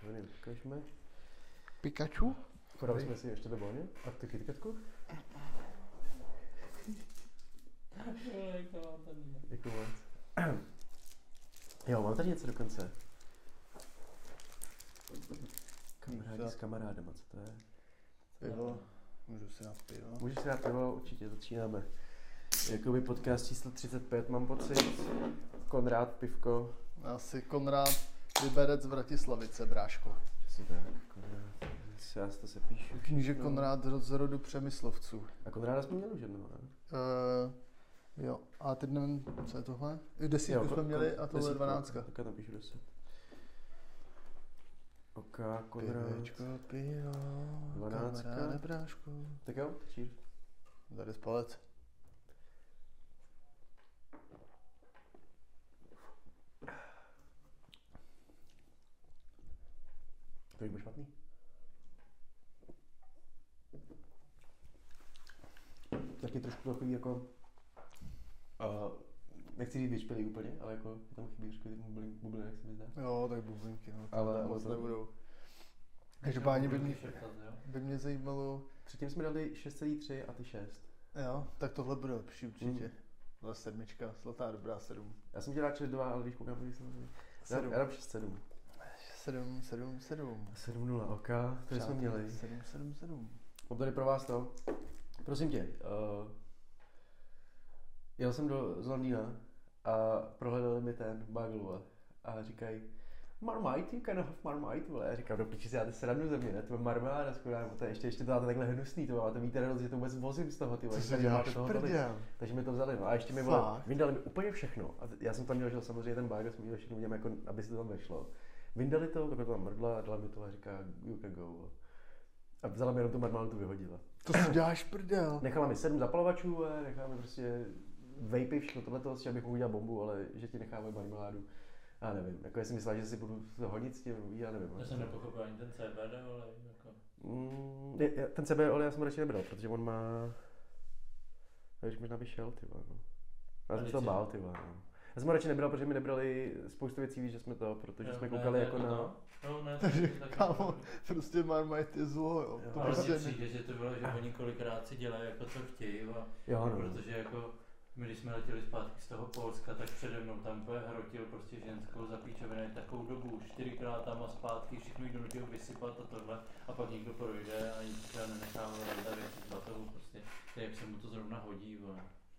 Nevím, ukážeme. Pikachu? Podali jsme si ještě do báně. A ty KitKatku? Děkuji moc. Jo, mám tady něco dokonce. Kamarádi s kamarádem, co to je? Pivo. Můžu si dát pivo. Můžeš si dát pivo, určitě začínáme. Jakoby podcast číslo 35, mám pocit. Konrád, pivko. Asi Konrád, Liberec z Vratislavice, bráško. Přesně tak, Konrád. Já si to se píšu. Kníže Konrád z rodu Přemyslovců. A Konráda jsme měli už jednoho, ne? Jo, a teď nevím, co je tohle? Desítku jsme měli a tohle je 12. Tak já tam píšu 10. OK, Konrád. Pivečko, pivo, 12. kamaráde, bráško. Tak jo, cheers. Tady z palec. To je špatný. Taky trošku takový jako... nechci říct vyšpělý úplně, ale jako tam chybí trošku ty bubliny, jak se mi zdá. Jo, tak bublinky, no. Ale moc to nebudou. Každopádně by mě zajímalo... Předtím jsme dali 6,3 a ty 6. Jo, tak tohle bude lepší určitě. Tohle 7, zlatá dobrá 7. Já jsem chtěl dát 6,2, ale když koukám, když jsem... Já dám 6,7. 7. 7,0, OK, to jsme měli. 7. Mám tady pro vás to. Prosím tě, jel jsem z Londýna a prohledali mi ten bagel a říkají Marmite, you can have Marmite, vole. Já říkám, do piči si dáte srandu ze mě, ne? To je marmeláda skvělá, ještě to dáte takhle hnusný, to máte víte radost, že to vůbec vozím z toho, ty vole. Co si děláš, prděl? Takže mi to vzali, no a ještě mi vyndali mi úplně všechno. A já jsem tam měl, že samozřejmě ten bagel, jsem měl všechno udělám, jako, aby si to tam vešlo. Vyndali to, takhle to tam mrdla, dala mi to a říká, you can go. A vzala mi jenom tu marmeládu, tu vyhodila. To si děláš, prdel. Nechala mi 7 zapalovačů a nechala mi prostě vejpy, všechno tohleto, abych mohl udělat bombu, ale že ti nechávají marmeládu. Já nevím, jako já jsem myslel, že si budu hodit s tím, já nevím. Já jsem nepochopil ani ten CBD olej, jako. Ten CBD olej já jsem radši nebral, protože on má... Já už možná vyšel, ty vole, no. Já jsem se to bál, ty vole, no. Já jsem ho radši nebral, protože mi nebrali spoustu věcí, víš, že jsme to, protože jsme koukali jako na... Takže kámo, prostě Marmite je zlo, jo. To prostě přijde, že to bylo, že oni kolikrát si dělají jako co chtějí, jo, no. Protože jako my, když jsme letěli zpátky z toho Polska, tak přede mnou tam úplně hrotil prostě ženskou za píčoviny takovou dobu, 4krát tam a zpátky, všechno jí donutil vysypat a tohle, a pak někdo projde a nic třeba nenechával dát věci z batohu, prostě, jak se mu to zrovna hodí, vole.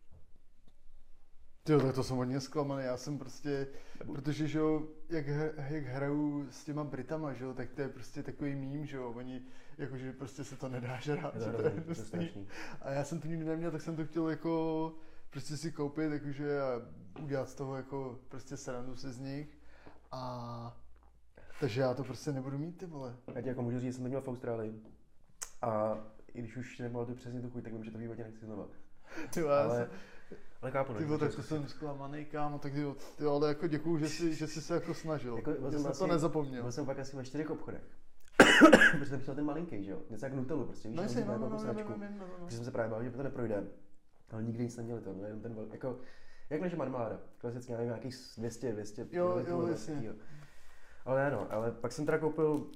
Jo, tak to jsem hodně zklamaný, já jsem prostě, protože že jo, jak hraju s těma Britama, že jo, tak to je prostě takový mím, že jo, oni, jakože prostě se to nedá žrát, že to je hnusný. A já jsem to nikdy neměl, tak jsem to chtěl jako prostě si koupit, jakože a udělat z toho jako prostě srandu se z nich a takže já to prostě nebudu mít, ty vole. Já ti jako můžu říct, že jsem to měl v Austrálii a i když už nemám tu přesně tu chuť, tak vím, že to v životě nechci znova. Jo, ale kápu, ty vole, tak to jsem zklamaný, kámo, tak jo, ale jako děkuju, že jsi se jako snažil, jako, že jsem to nezapomněl. Byl jsem pak asi ve 4 obchodech, protože jsem přišel ten malinký, že jo, něco jak Nutellu prostě, víš, protože jsem se právě bál, že to neprojde, ale nikdy nic neměli to, jenom ten velký, jako, jak leží marmeláda, klasicky nevím, nějakých 200 jo, jasně. Ale ne, no, ale pak jsem teda koupil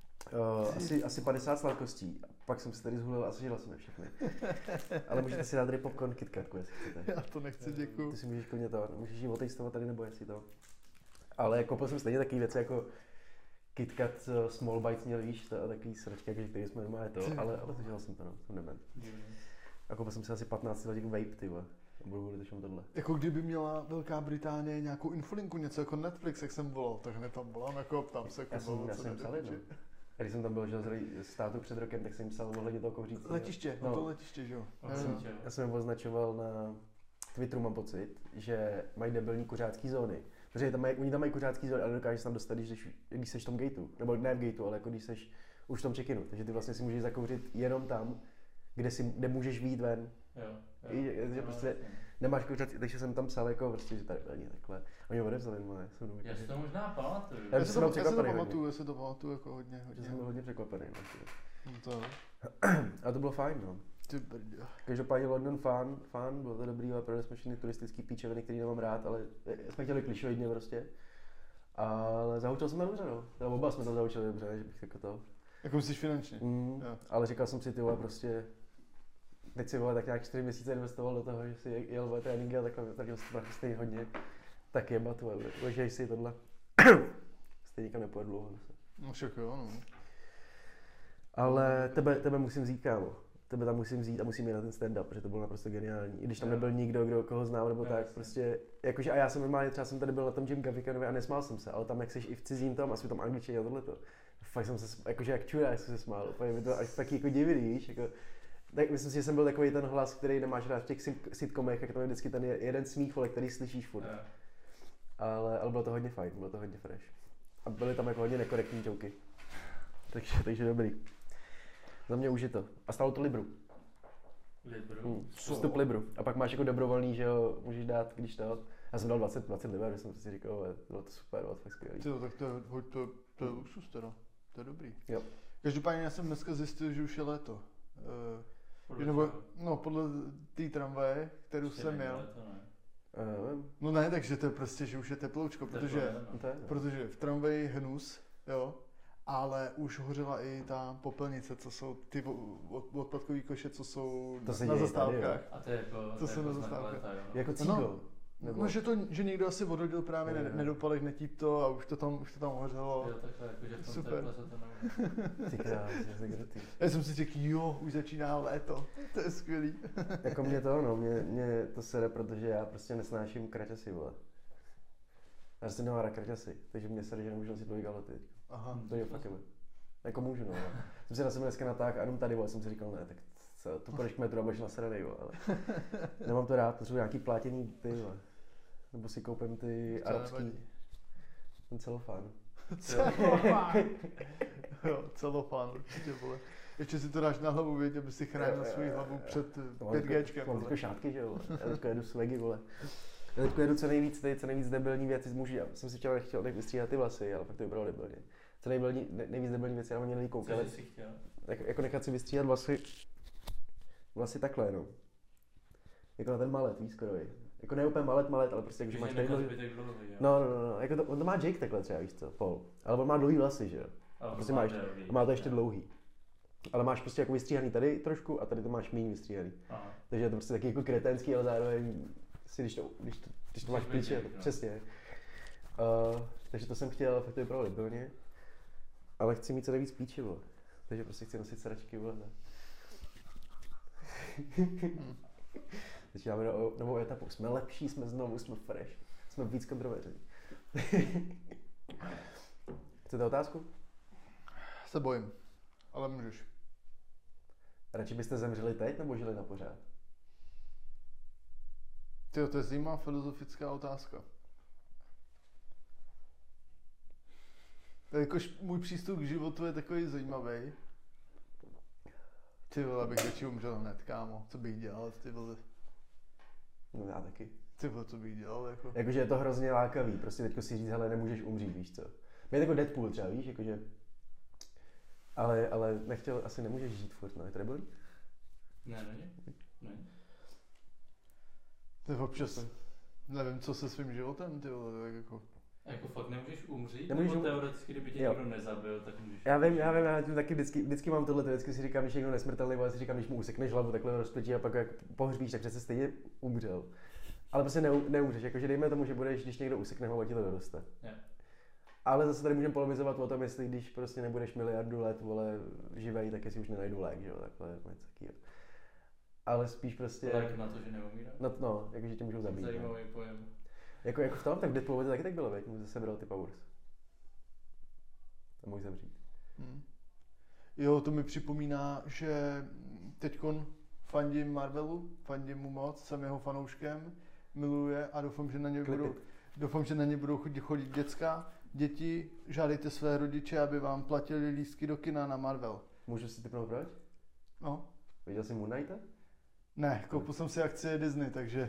asi 50 sladkostí. Pak jsem se tady zhulil a sežral jsem je všechny. Ale můžete si dát tady popcorn KitKatku, jestli chcete. Já to nechci, děkuju. Ty si můžeš klidně to, můžeš ji otejstovat tady nebo jestli to. Ale koupil jsem stejně takové věci jako KitKat Small Bites měl, víš, to a takový sračky, který jsme doma je to, ale sežral jsem to, no, jsem dement. A koupil jsem si asi 15 let vape, ty vole. Budu volit ještě tohle. Jako kdyby měla Velká Británie nějakou infolinku, něco jako Netflix, jak jsem volal, tak hned tam volám, jako ptám se, jako volal, co nepsal jednou. Když jsem tam byl, že z tátu před rokem, tak jsem jim psal ohledně toho kouřící. Letiště, no to letiště, že jo. Já jsem je označoval na Twitteru, mám pocit, že mají debilní kuřácký zóny. Protože oni tam mají kuřácký zóny, ale dokážeš tam dostat, když seš v tom gateu. Nebo ne v gateu, ale jako když seš už v tom check-inu. Takže ty vlastně si můžeš zakouřit jenom tam, kde můžeš vyjít ven. Že prostě nemáš kuřácký, takže jsem tam psal jako prostě, že tady není takhle. Oni ho odevzali, já si to možná pamatuju. Já si to pamatuju jako hodně. Já jsem byl hodně překvapený. To. A to bylo fajn, no. Každopádně London fun, bylo to dobrý, ale prodali jsme všechny turistický píčeviny, který nemám rád, ale jsme chtěli klišovidně prostě. Ale zaučil jsem tam dobře, no. Nebo oba jsme to zaučili dobře, že bych jako to. Jako myslíš finančně? Ale říkal jsem si, ty vole, prostě teď si vole tak nějak 4 měsíce investoval do toho, že si jel vole tréninky a takhle tady stejně hodně. Tak jebat, vole, uležej si tohle. Stejně nikam nepojed dlouho zase. No však jo, no. Ale tebe musím vzít, kámo. Tebe tam musím vzít a musím jít na ten stand-up, protože to bylo naprosto geniální. I když tam nebyl nikdo, koho znám, nebo tak, prostě, jakože a já jsem normálně, třeba jsem tady byl na tom Jim Gaffikanově a nesmál jsem se, ale tam jak seš i v cizím tom, asi v tom angličtině a tohleto. Fakt jsem se, jakože jak čurák jsem se smál, úplně mi to až taky jako divný, víš, jako, tak myslím si, že jsem byl takový ten hlas, který nemáš rád v těch sitcomech, jak to je vždycky ten jeden smích, vole, který slyšíš furt. Ale bylo to hodně fajn, bylo to hodně fresh. A byly tam jako hodně nekorektní joky. Takže dobrý. Za mě už je to. A stálo to Libru. Vstup Libru. A pak máš jako dobrovolný, že jo, můžeš dát, když to. Já jsem dal 20 liber, že jsem si říkal, bylo to super, bylo to fakt skvělý. Tak to je luxus teda. To je dobrý. Jo. Každopádně já jsem dneska zjistil, že už je léto. Podle té tramvaje, kterou jsem měl. No ne, takže to je prostě, že už je teploučko, protože v tramvaji hnus, jo, ale už hořela i ta popelnice, co jsou ty odpadkový koše, co jsou na zastávkách. A to je jako, to jsou na zastávkách. Jako cígl. No, že někdo asi odhodil právě nedopalek, netíp to a už to tam hořelo. Jo, takhle, jakože v tom super. Se to neudělá. Ty krásně, já jsem si řekl, jo, už začíná léto, to je skvělý. Jako mě to sere, protože já prostě nesnáším kraťasy, vole. Já jsem nemám rád kraťasy, takže mě sere, že nemůžu nosit dlouhý kalhoty. Aha. To je fakt jako můžu, no. Jsem si na sebe dneska natáhl a jenom tady, vole, jsem si říkal, ne, tak co, tu půjdeš k metru a budeš nasranej, vole, ale nemám to rád, potřebuji nějaký plátěný ty, vole. Nebo si koupím ty arabský, ten celofán. Jo, celofán určitě, vole. Ještě si to dáš na hlavu, věď, aby si chránil svou hlavu před 5Gčkem. Mám teďko šátky, že jo, já teďko jedu swagy, vole. Já teďko jedu co nejvíc debilní věci z muží. Já jsem si chtěl vystříhat ty vlasy, ale pak to vypadalo debilně. Co nejvíc debilní věci, já na mě lidi koukali. Co jsi chtěl? Jako nechat si vystříhat vlasy takhle, no. Jako na ten malet, víš, skoro. Jako ne úplně malet, ale prostě jako, že máš tady dlouhý. No, jako to, on to má Jake takhle třeba, víš co, Paul. Ale on má dlouhý vlasy, že jo. Prostě má to ještě dlouhý. Ale máš prostě jako vystříhaný tady trošku a tady to máš méně vystříhaný. Aha. Takže je to prostě taky jako kretenský, ale zároveň si, když to máš píče, přesně. Takže to jsem chtěl, fakt to vypadalo debilně. Ale chci mít co nejvíc píči, vole. Takže prostě chci nosit sračky, vole. Začínáme novou etapu. Jsme lepší, jsme znovu, jsme fresh. Jsme víc kontroverzní. Chcete otázku? Se bojím, ale můžeš. Radši byste zemřeli teď, nebo žili na pořád? Tyjo, to je zajímavá filozofická otázka. Jakož můj přístup k životu je takový zajímavý. Ty vole, abych radši umřel hned, kámo. Co bych dělal, ty vole? No já taky. Ty vole, co bych dělal, jako? Jakože je to hrozně lákavý, prostě teďko si říct, hele, nemůžeš umřít, víš co? Mě jako Deadpool třeba, víš, jakože... Ale nechtěl, asi nemůžeš žít furt, no, je to nebolí? Ne. To je občas, nevím, co se svým životem, ty vole, tak jako... Jako fakt nemůžeš umřít? Nemůžeš nebo teoreticky, kdyby tě někdo nezabil, tak můžeš... Já vím, já tím taky vždycky mám tohle, vždycky si říkám, když někdo nesmrtelný, ale si říkám, když mu usekneš hlavu, takhle rozpětí a pak jak pohřbíš, tak přece stejně umřel. Ale prostě neumřeš, jakože dejme tomu, že budeš, když někdo usekne hlavu, ti to doroste. Yeah. Ale zase tady můžeme polemizovat o tom, jestli když prostě nebudeš miliardu let, vole, živej, tak jestli už nenajdu lék, že jo, takhle, něco takového. Ale spíš prostě... Lék na to, že neumírá? No, jakože tě můžou zabít. Zajímavý pojem. Jako v tom, tak v Deadpoolovi to taky tak bylo, veď, mu zase bral ty powers. A můj zemřít. Jo, to mi připomíná, že teďkon fandím Marvelu, fandím mu moc, jsem jeho fanouškem, miluje a doufám, že na ně budou chodit děti, žádejte své rodiče, aby vám platili lístky do kina na Marvel. Můžu si typnout proč? No. Viděl jsi Moon Knighta? Ne, koupil jsem si akcie Disney, takže...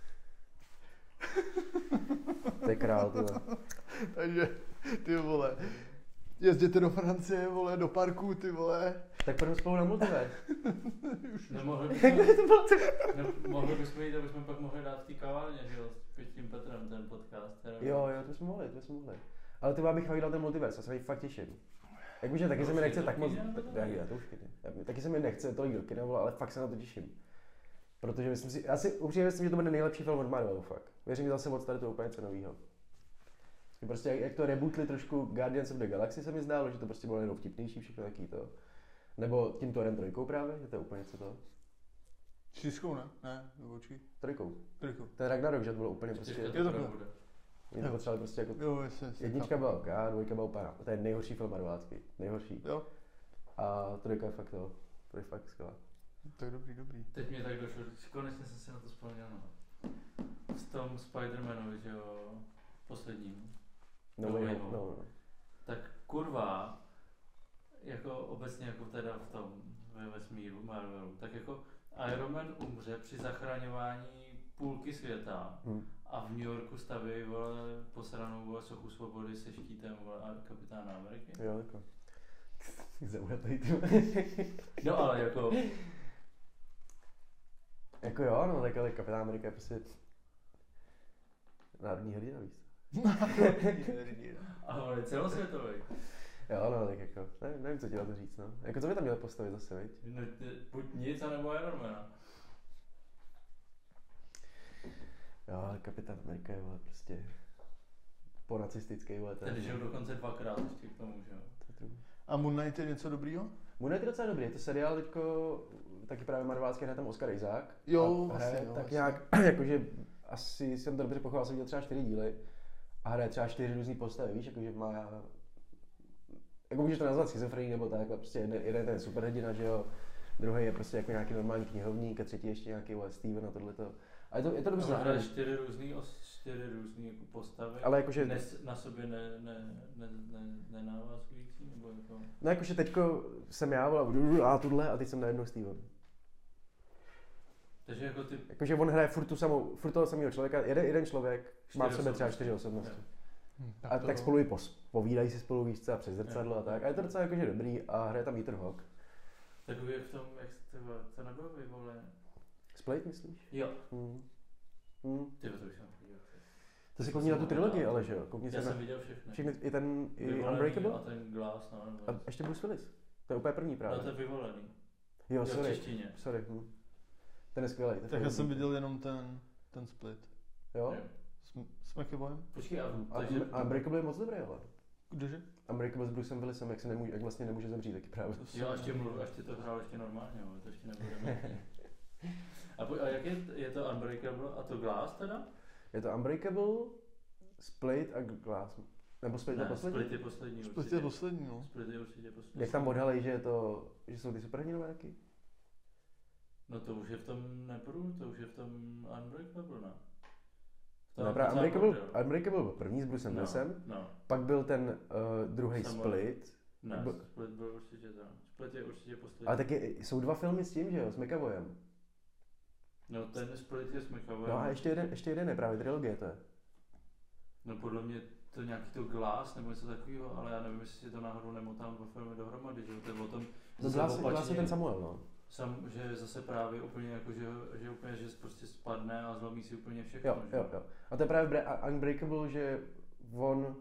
To je král, ty vole. Takže, ty vole, jezděte do Francie, vole, do parku, ty vole. Tak půjdeme spolu na multiverse. Mohli bychom jít, abychom pak mohli dát v té kavárně, že jo, s tím Petrem ten podcast. Jo, to jsme mohli. Ale ty bych fakt dal ten multiverse, já se mi fakt těším. Jakože taky se mi nechce tak moc, já to už chytím. Taky se mi nechce tolik do kina, ale fakt se na to těším. Protože myslím si, já si upřímně myslím, že to bude nejlepší film od Marvelu, fakt. Věřím, že zase od startu úplně něco novýho. Prostě jak to rebootli trošku Guardians of the Galaxy se mi zdálo, že to prostě bylo jenom vtipnější, všechno taký to. Nebo tím Thorem 3 právě, že to je úplně něco to. 4, ne? Ne, počkej. 3. 3. Ten Ragnarok, že to bylo úplně prostě. Je to bude. Oni to potřebovali prostě jako. Jo, jednička byla OK, dvojka byla úplně. To je nejhorší film Marvelácký. Nejhorší. Jo. A 3 je fakt to. To je fakt skvělé. Tak dobrý. Teď mě tak došlo, konečně jsem si na to vzpomněl. No. V tom Spider-Manovi, že jo, posledním. No. Tak kurva, jako obecně jako teda v tom ve vesmíru Marvelu, tak jako Iron Man umře při zachraňování půlky světa a v New Yorku staví vole posranou sochu svobody se štítem vole kapitána Ameriky. Jo, jako. Zaujatý ty. No ale jako... Jako jo, no tak ale kapitán Amerika je prostě národní hrdina, víš co? A on je celosvětový. Jo, no tak jako, nevím, co ti na to říct, no. Jako co by tam měli postavit zase, viď? No, buď nic, anebo Ironmana. Jo, ale kapitán Amerika je vole prostě ponacistický, vole. Ten žil dokonce 2krát ještě k tomu, že jo. A Moon Knight je něco dobrýho? Moon Knight je docela dobrý, je to seriál teďko, taky právě marvelácký, hraje tam Oscar Isaac. Jo, hraje vlastně, tak vlastně. nějak, jakože asi jsem to dobře pochopil, jsem viděl třeba 4 díly a hraje třeba 4 různý postavy, víš, jakože má, jako můžeš to nazvat schizofrení nebo tak, ale prostě jeden je ten superhrdina, že jo, druhý je prostě jako nějaký normální knihovník a třetí ještě nějaký Steven a tohleto. A je to dobře hraje 4 různý jako postavy, ale jakože na sobě nenavazující, nebo jako... No jakože teďko jsem já a tuhle a teď jsem najednou Steven. Takže jako ty... Jakože on hraje furt toho samého člověka, jeden člověk má v sobě třeba 4 osobnosti. A tak spolu i povídají si spolu víc a přes zrcadlo a tak. A je to docela jakože dobrý a hraje tam Ethan Hawke. Takový jak v tom, jak to nebylo vyvolené. Split myslíš? Jo. Tyhle to už jsem viděl. To si koukni na tu trilogii, ale že jo? Já jsem viděl všechny. I ten Vyvolený Unbreakable? a ten Glass, no. A ještě Bruce Willis. To je úplně první právě. No to je Vyvolený. Jo, v sorry. češtině. Sorry. Ten je skvělý. Tak já jsem viděl jenom ten Split. Jo? S McAvoyem. Počkej, a Unbreakable je moc dobrý, ale. Kdože? Unbreakable s Brucem Willisem, jak vlastně nemůže zemřít, taky právě. Jo, až to hrál ještě normálně, ale to ještě nebudeme. A jak je to Unbreakable a to Glass teda? Je to Unbreakable, Split a Glass. Nebo Split je poslední? Split je poslední. Split je poslední, no. Split je určitě poslední. Jak tam odhalej, že jsou ty superhrdinové taky? No to už je v tom to už je v tom Unbreakable, ne? Unbreakable byl první s Brucem Willisem, no. Pak byl ten druhý Split. Ne, Split byl určitě to. Split je určitě poslední. Ale taky jsou 2 filmy s tím, že jo, s McAvoyem. No ten Split je s McAvoyem. No a ještě jeden je právě trilogie to je. No podle mě to nějaký to Glass nebo něco takového, ale já nevím, jestli si to náhodou nemotám 2 filmy dohromady, že to je o tom... Glass je ten Samuel, no. Že zase právě úplně jako, že úplně, že prostě spadne a zlomí si úplně všechno. Jo. A to je právě Unbreakable, že on...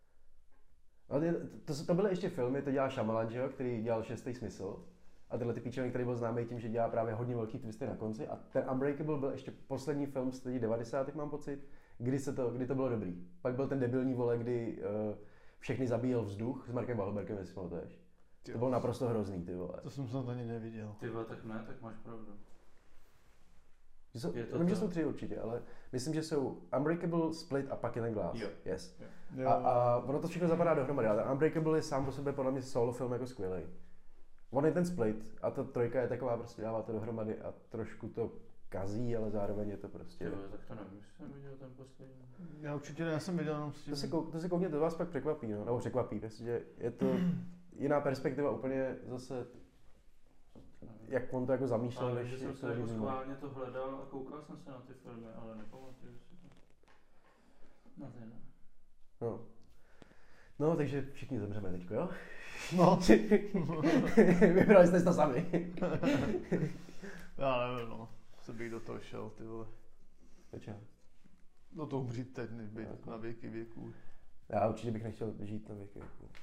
To byly ještě filmy, to dělal Shyamalan, že jo, který dělal Šestý smysl. A tyhle ty píčoviny, který byl známý tím, že dělá právě hodně velký twisty na konci. A ten Unbreakable byl ještě poslední film z 90. mám pocit, kdy to bylo dobrý. Pak byl ten debilní vole, kdy všechny zabíjel vzduch s Markem Wahlbergem, jestli pamatuješ. To bylo naprosto hrozný, ty vole. To jsem snad ani neviděl. Ty vole, tak ne, tak máš pravdu. Vím, že jsou 3 určitě, ale myslím, že jsou Unbreakable, Split a pak je ten Glass. Jo. Yes. Jo. A ono to všechno zapadá dohromady, ale Unbreakable je sám po sobě podle mě solo film jako skvělý. On je ten Split a ta 3 je taková, prostě dává to dohromady a trošku to kazí, ale zároveň je to prostě... Jo, tak to nevím, jestli jsem viděl ten poslední. Já určitě ne, já jsem viděl jenom s tím... To si koukněte, to vás pak překvapí, no, nebo překvapí, protože je to jiná perspektiva úplně zase, jak on to jako zamýšlel, ale než jsem se jako schválně to hledal a koukal jsem se na ty filmy, ale nepamatuju si to. Na ten. No, takže všichni zemřeme teďko, jo? No. Vybrali jste si to sami. Já nevím, no. Co bych do toho šel, ty vole. Počkej. No to umřít teď, než být na věky věků. Já určitě bych nechtěl žít na věky.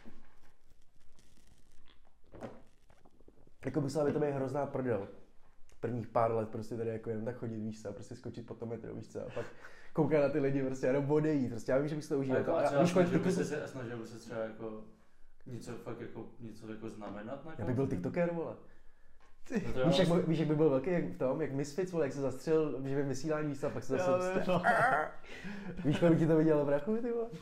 Jako musela by to být hrozná prdel. Prvních pár let prostě tady jako jen tak chodit, víš co, a prostě skočit po tom metru, víš co, a pak koukat na ty lidi prostě jenom odejít, prostě já vím, že bych si to užil. Snažil by se třeba jako něco jako znamenat na Já bych byl tiktoker, vole. No Víš, jak by byl velký, jak v tom, jak Misfits, vole, jak se zastřelil v živém vysílání, víš co, a pak se zase... Víš, kolik ti to vidělo, brachu, ty vole?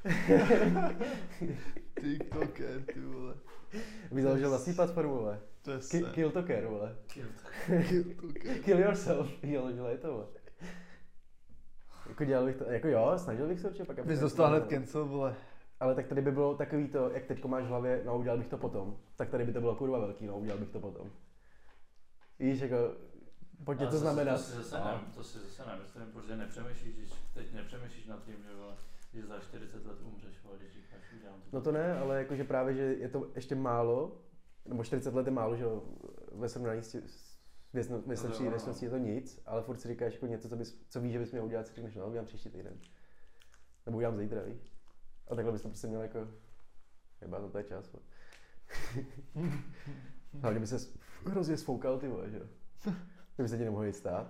TikToker, ty vole. Bych založil vlastní platformu, vole. To je se. Killtoker, vole. Killtoker. Kill yourself. Založila je to, vole. Jako dělal bych to, jako jo, snažil bych se určitě pak. Bys dostal hned cancel, vole. Ale tak tady by bylo takový to, jak teďko máš v hlavě, no udělal bych to potom. Tak tady by to bylo kurva velký, no udělal bych to potom. Víš, jako, pojď to znamenat. To si zase nemyslím, protože nepřemýšlíš, když teď nepřemýšlíš nad tím, že za 40 let umřeš, vole, když říkáš, udělám to. No to ne, ale jakože právě, že je to ještě málo, nebo 40 let je málo, že jo, ve srovnání s věcností je to nic, ale furt si říkáš jako něco, co víš, že bys měl udělat, si řekneš, no, udělám příští týden. Nebo udělám zítra, víš. A takhle bys to prostě měl jako, jebá, to je čas, vole. Hlavně by se hrozně sfoukal, ty vole, že jo. Kdyby se ti nemohli stát.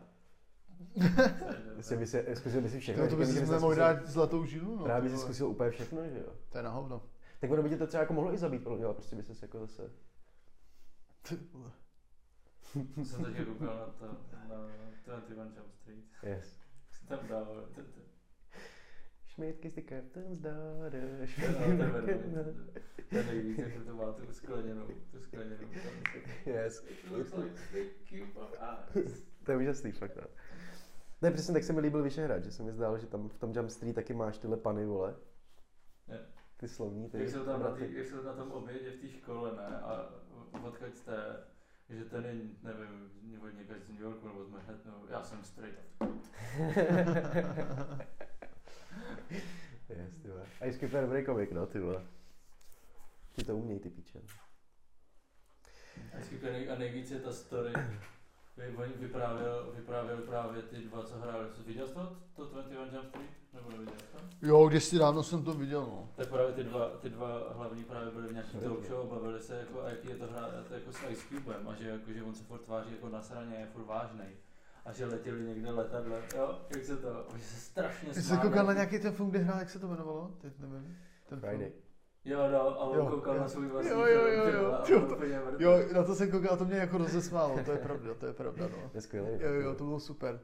Zkusil by si všechno. No to by si nemohl dát zlatou žilu, no. Právě by si zkusil úplně všechno, že jo. To je na hovno. Tak ono by tě to třeba jako mohlo i zabít, ale prostě by se jako zase... Ty vole. Jsem teď koukal na 21 Jump Street. Yes. Jsem tam dával, Schmidt kiss the captain's daughter. Ten nejvíc, jak to má tu skleněnou. Yes. Looks like big cube of eyes. To je úžasný fakt, no. Ne, přesně tak se mi líbil Vyšehrad, že se mi zdálo, že tam v tom Jump Street taky máš tyhle pany, vole. Ne. Ty slovní, ty. Jak jsou na tom obědě v té škole, ne? A odkud jste, že ten je, nevím, někde z New Yorku nebo z Manhattanu, já jsem straight up. Yes, ty vole. A Ice Cube je dobrý komik, no, ty vole. Ti to umějí, ty píče. Ice Cube a nejvíc je ta story. Oni vyprávěl právě ty dva, co hráli. Viděl jsi to 21 Jump Street? Nebo neviděl jsi to? Jo, kdysi dávno jsem to viděl, no. Tak právě ty dva hlavní právě byli v nějaký talk show, bavili se jako, a jaký je to hrát jako s Ice Cubem a že, jako, že on se furt tváří jako na sraně, je furt vážnej. A že letěli někde letadle, jo, jak se to, že se strašně smáli. Jsi se koukal na nějaký ten film, kde hrál, jak se to jmenovalo? Teď nevím. Ten Friday. Jo, no, a on koukal na svůj vlastní Jo, na to jsem koukal a to mě jako rozesmálo, to je pravda, no. To je skvělé. Jo, to bylo super.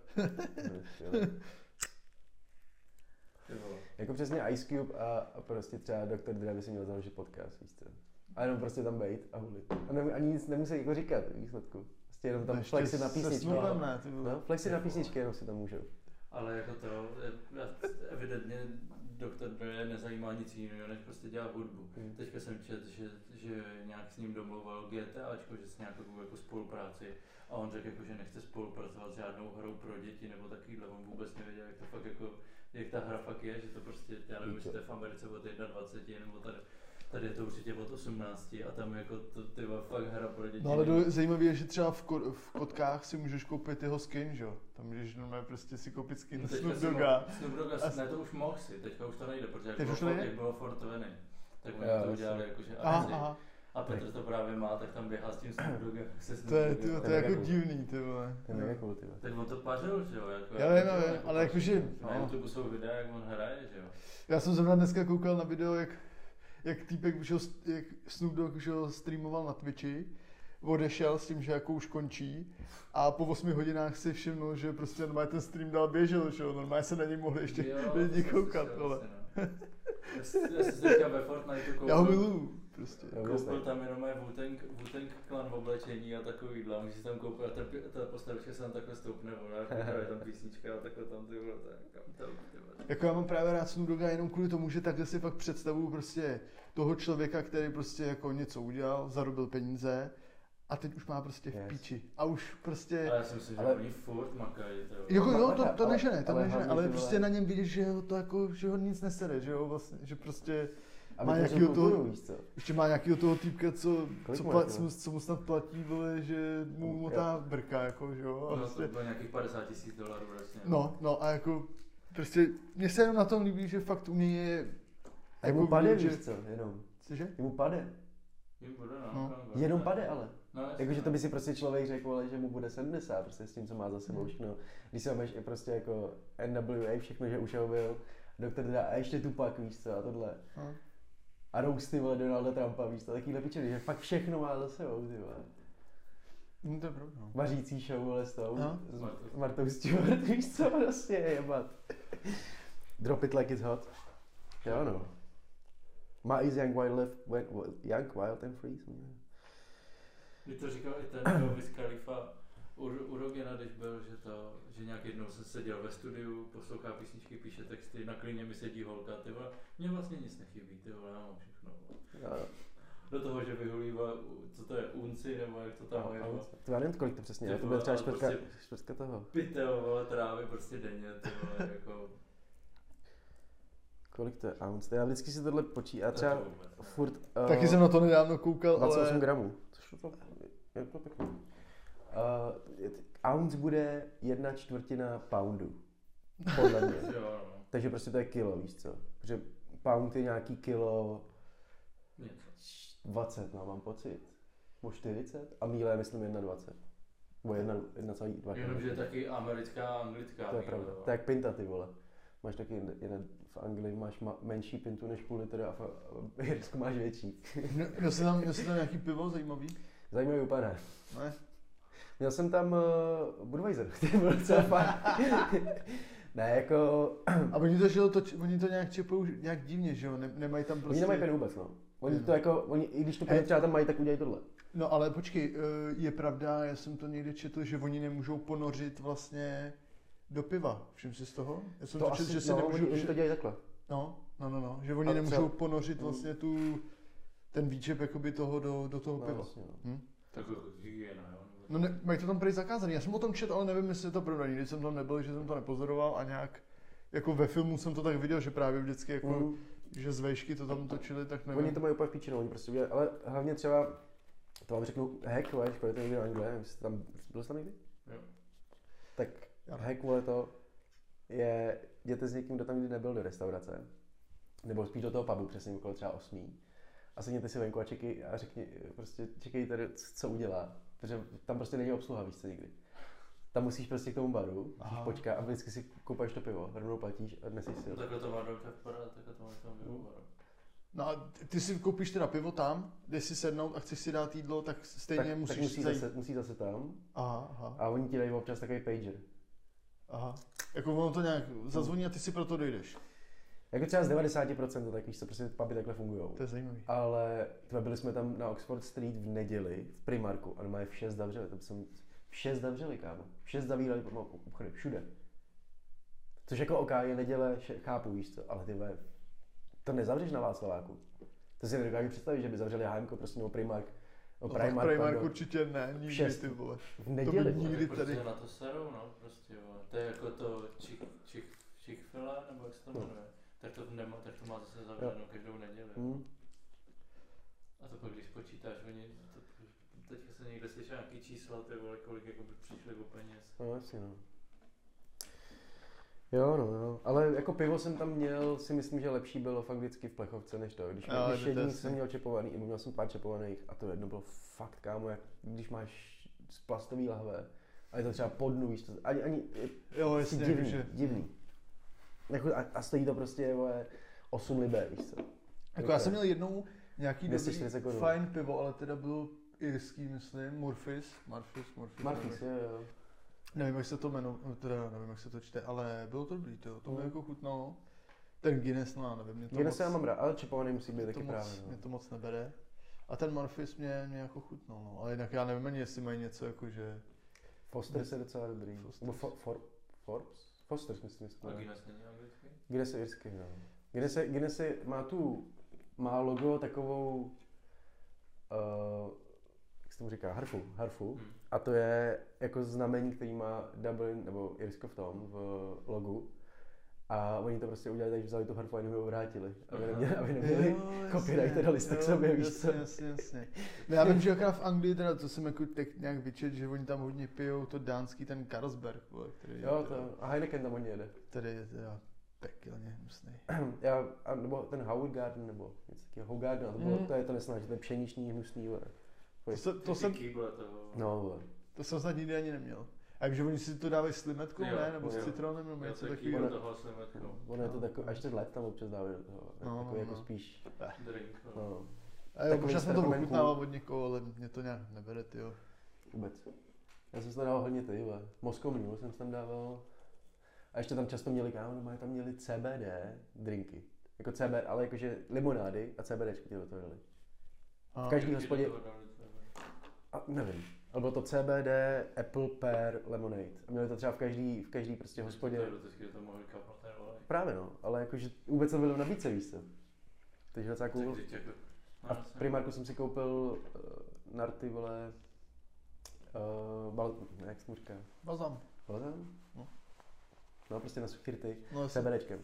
Jako přesně Ice Cube a prostě třeba Dr. Dre by si měl založit podcast, víš co. A jenom prostě tam bejt a hulit. A ani nic nemusí jako říkat v výsledku. Prostě jenom tam flexit na písničky. No, flexit na písničky jenom si tam můžou. Ale jako to, evidentně Dr. Dre nezajímá nic jiného, než prostě dělat hudbu. Teďka jsem četl, že nějak s ním domlouval GTAčko, že s nějakou jako spolupráci a on řekl, jako, že nechce spolupracovat s žádnou hrou pro děti nebo takovýhle, on vůbec nevěděl, jak to fakt jako, jak ta hra fakt je, že to prostě, já nevím, jestli to je v Americe od 21 nebo tady je to určitě od 18 a tam jako to tyva fakt hra pro děti. No ale zajímavé je, že třeba v kotkách si můžeš koupit jeho skin, že jo? Tam můžeš normálně prostě si koupit skin Snoop Dogga. Snoop Dogga, ne to už mohl si, teďka už to nejde, protože jak bylo 420, tak oni to udělali jakože a Petr to právě má, tak tam běhá s tím Snoop Doggem. To je jako divný, ty vole. To je mega cool, ty vole. Tak on to pařil, že jo? Já vím, ale jakože... Na YouTube jsou videa, jak on hraje, že jo? Já jsem zrovna dneska koukal na video, jak týpek ušel, jak Snoop Dogg ušel streamoval na Twitchi, odešel s tím, že jako už končí a po 8 hodinách si všimnul, že prostě normálně ten stream dál běžel, že jo, normálně se na něj mohli ještě lidi koukat, ale. Já jsem teďka ve Fortniteu koukal. Já ho miluju, prostě. Koupil tam jenom Wu-Tang Clan v oblečení a takovýhle, a můžeš si tam koupit a ta postavička se tam takhle stoupne, je tam písnička a takhle tam ty vole, Jako já mám právě rád Snoop Dogga jenom kvůli tomu, že takhle si fakt představuju prostě toho člověka, který prostě jako něco udělal, zarobil peníze a teď už má prostě v píči. A už prostě... Ale já si myslím, že oni furt makají. Jo, to nežene, ale prostě na něm vidíš, že ho to jako, že ho nic nesere, že ho vlastně, že prostě... Má nějakýho toho, ještě má nějakýho toho týpka, co mu snad platí, vole, že mu motá brka, jako, že jo. No, vlastně. To bylo nějakých $50,000 vlastně. No a jako, prostě, mně se jenom na tom líbí, že fakt umějí A jemu Jako pade, že- víš co, jenom. Cože? Jemu pade. Jim bude, no. No. kam bude. Jenom pade, ale. No, jasně, Jakože to no. by si prostě člověk řekl, ale že mu bude 70, prostě s tím, co má za sebou všechno. Když se máš i prostě jako NWA, všechno, že už ho byl, doktor dá a ještě Tupac, víš co, a tohle. No. A roasty, vole, Donalda Trumpa, víš co, takýhle pičový, že fakt všechno má za sebou, ty vole. No, to je pravda. No. Vařící show, vole, s tou, No. s Martou Stewart, víš co, prostě jebat. Drop it like it's hot. Jo, no. Má i z Young Wild and Free, Když to říkal i ten Wiz Khalifa u Rogena, když byl, že nějak jednou se seděl ve studiu, poslouchá písničky, píše texty, na klíně mi sedí holka, ty vole, mně vlastně nic nechybí, ty vole, já mám všechno. jo. Do toho, že vyhulívá, co to je, unci, nebo jak to tam je, To já nevím, kolik to přesně je, Ty to bude vole, třeba ale prostě- čtvrtka toho. pytel, vole, trávy prostě denně, ty vole, jako, Kolik to je ounce? Já vždycky si tohle počítám, třeba to vůbec ne. furt... Taky jsem na to nedávno koukal, 28 ale... gramů. Což je to pěkné. Ounce bude 1/4 poundu. Podle mě. Jo, no, Takže prostě to je kilo, víš co? Protože pound je nějaký kilo něco. 20, no, mám pocit. Nebo 40. A míle je myslím 1,20. Nebo 1,2 Jenomže je taky americká a anglická. To je míle, pravda. vole. To je jak pinta, ty vole. Máš taky jeden v Anglii máš menší pintu než půl litru a v Jirsku máš větší. Měl jsi tam nějaký pivo zajímavý? Zajímavý úplně ne. Ne? Měl jsem tam Budweiser, který byl docela fajn. Ne, jako... A oni to nějak čepou nějak divně, že jo? Nemají tam prostě... Oni nemají penu vůbec, no. Oni to jako, i když tu penu třeba tam mají, tak udělají tohle. No ale počkej, je pravda, já jsem to někde četl, že oni nemůžou ponořit vlastně do piva. Všim si z toho? Já jsem To četl, asi, že si no, nemůžou... oni to dělají takhle. No, že oni A nemůžou třeba- ponořit vlastně ten výčep jakoby toho do toho No, piva. vlastně, no. Tak jako hygiena, jo. No ne, mají to tam prý zakázaný. Já jsem o tom četl, ale nevím, jestli je to pravda. Nikdy jsem tam nebyl, že jsem to nepozoroval a nějak jako ve filmu jsem to tak viděl, že právě vždycky jako, že z vejšky to tam točili, tak nevím. Oni to mají úplně v píčinu, oni prostě udělají, ale hlavně třeba, to vám řeknu, hack, vole, když půjdete někdy do Anglie, byl jsi tam někdy? Jo. Tak hack, vole, to je, jděte s někým, kdo tam nikdy nebyl do restaurace, nebo spíš do toho pubu, přesně okolo třeba 8. A sedněte si venku a čekejte, co udělá, protože tam prostě není obsluha, víš co, nikdy. Tam musíš prostě k tomu baru, musíš počkat a vždycky si koupáš to pivo, rovnou platíš a odnesíš si ho. Takhle to má dobře vypadat, takhle to má tam vypadat. No a ty si koupíš teda pivo tam, jdeš si sednout a chceš si dát jídlo, tak stejně tak musíš musí zase tam Aha. a oni ti dají občas takový pager. Aha. Jako ono to nějak zazvoní a ty si proto dojdeš. Jako třeba z 90% to tak víš co, prostě puby takhle fungujou. To je zajímavý. Ale byli jsme tam na Oxford Street v neděli v Primarku a normálně v 6 zavřeli, to jsem v 6 zavřeli, kámo. V 6 zavírali obchody, všude. Což jako OK, je neděle, chápu, víš co, ale ty vole, to nezavřeš na Václaváku. To si nedokážu představit, že by zavřeli HMko prostě nebo Primark. No Primark určitě ne, nikdy šest. ty vole. V neděli, To by nikdy tady. Prostě na to serou, no, prostě, vole. To je jako to Chick-fil-A, nebo jak se to jmenuje. Tak to má zase zavřeno každou neděli. A to pak, když počítáš, teďka se někde slyšel nějaký čísla, ty vole, kolik jako by přišli o peněz. No jasně, no. Jo, ale jako pivo jsem tam měl, si myslím, že lepší bylo fakt vždycky v plechovce než to. Když jediný jsem měl čepovaný, měl jsem pár čepovaných a to jedno bylo fakt, kámo, jak když máš z plastový lahve a je to třeba po dnu, víš to, ani jo, jasně, divný. Jako, a stojí to prostě, vole, 8 liber, víš co. Jako já jsem měl jednou nějaký dobrý, korun. fajn pivo, ale teda bylo irský, myslím, Murphys, jo. Nevím, jak se to jmenuje, teda nevím, jak se to čte, ale bylo to dobrý, to mi jako chutnalo. Ten Guinness, no nevím, mě to Guinness já mám rád, ale čepovaný musí být taky právě. Mě to moc nebere. A ten Murphys mě jako chutnal, no. Ale jinak já nevím ani, jestli mají něco jako, že... Foster je docela dobrý. Nebo Forbes? Foster, myslím. A Guinness není anglický? Guinness je irský, no. Guinness má logo takovou, jak se tomu říká, harfu. A to je jako znamení, který má Dublin nebo Irsko v tom, v logu. A oni to prostě udělali, takže vzali tu harfu a jenom ji vrátili. Aby neměli copyright teda list k sobě, víš co? Jasně. No já vím, že jaká v Anglii teda, to jsem jako tak nějak vyčet, že oni tam hodně pijou to dánský, ten Carlsberg, který jo, to, a Heineken tam hodně jede. Tady je teda pekelně hnusný. Nebo ten Howard Garden, nebo něco takového, Hogarden, a to bylo, to je to nesnáš, to je pšeniční hnusný, vole. To jsem snad nikdy ani neměl. A jakže oni si to dávají s limetkou, ne? Nebo s citronem, nebo něco takového. Ono je to takový, až ten led tam občas dávají do toho, takový jako spíš. Drink, no. A jo, možná jsem to ochutnával od někoho, ale mě to nějak nebere, tyjo. Vůbec. Já jsem si tam dával hodně tyhle. Moscow Mule jsem tam dával. A ještě tam často měli, tam měli CBD drinky. Jako CBD, ale jakože limonády a CBDčky ti do toho dali. V každý hospodě... nevím. Ale bylo to CBD, Apple Pear, Lemonade. A měli to třeba v každý prostě hospodě. Právě no, ale jakože vůbec to bylo v nabídce, víš co. Takže docela cool. A v Primarku jsem si koupil narty, vole, jak se mu říká? Balzam? No, prostě na suchyrty, s CBDčkem.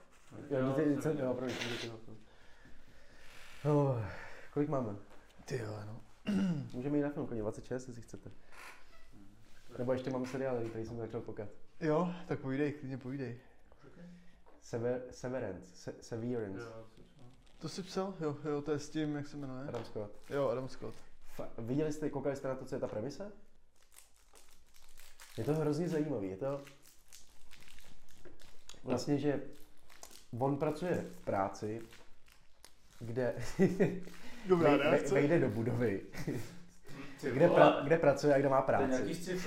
Kolik máme? Ty jo, no. Můžeme jít na film, 26, jestli chcete. Nebo ještě máme seriály, který jsem začal koukat. Jo, tak povídej, klidně povídej. Severance. To jsi psal? Jo, to je s tím, jak se jmenuje? Adam Scott. Jo, Adam Scott. Koukali jste na to, co je ta premisa? Je to hrozně zajímavý, je to vlastně, že on pracuje v práci, kde vejde do budovy, kde pracuje a kde má práci.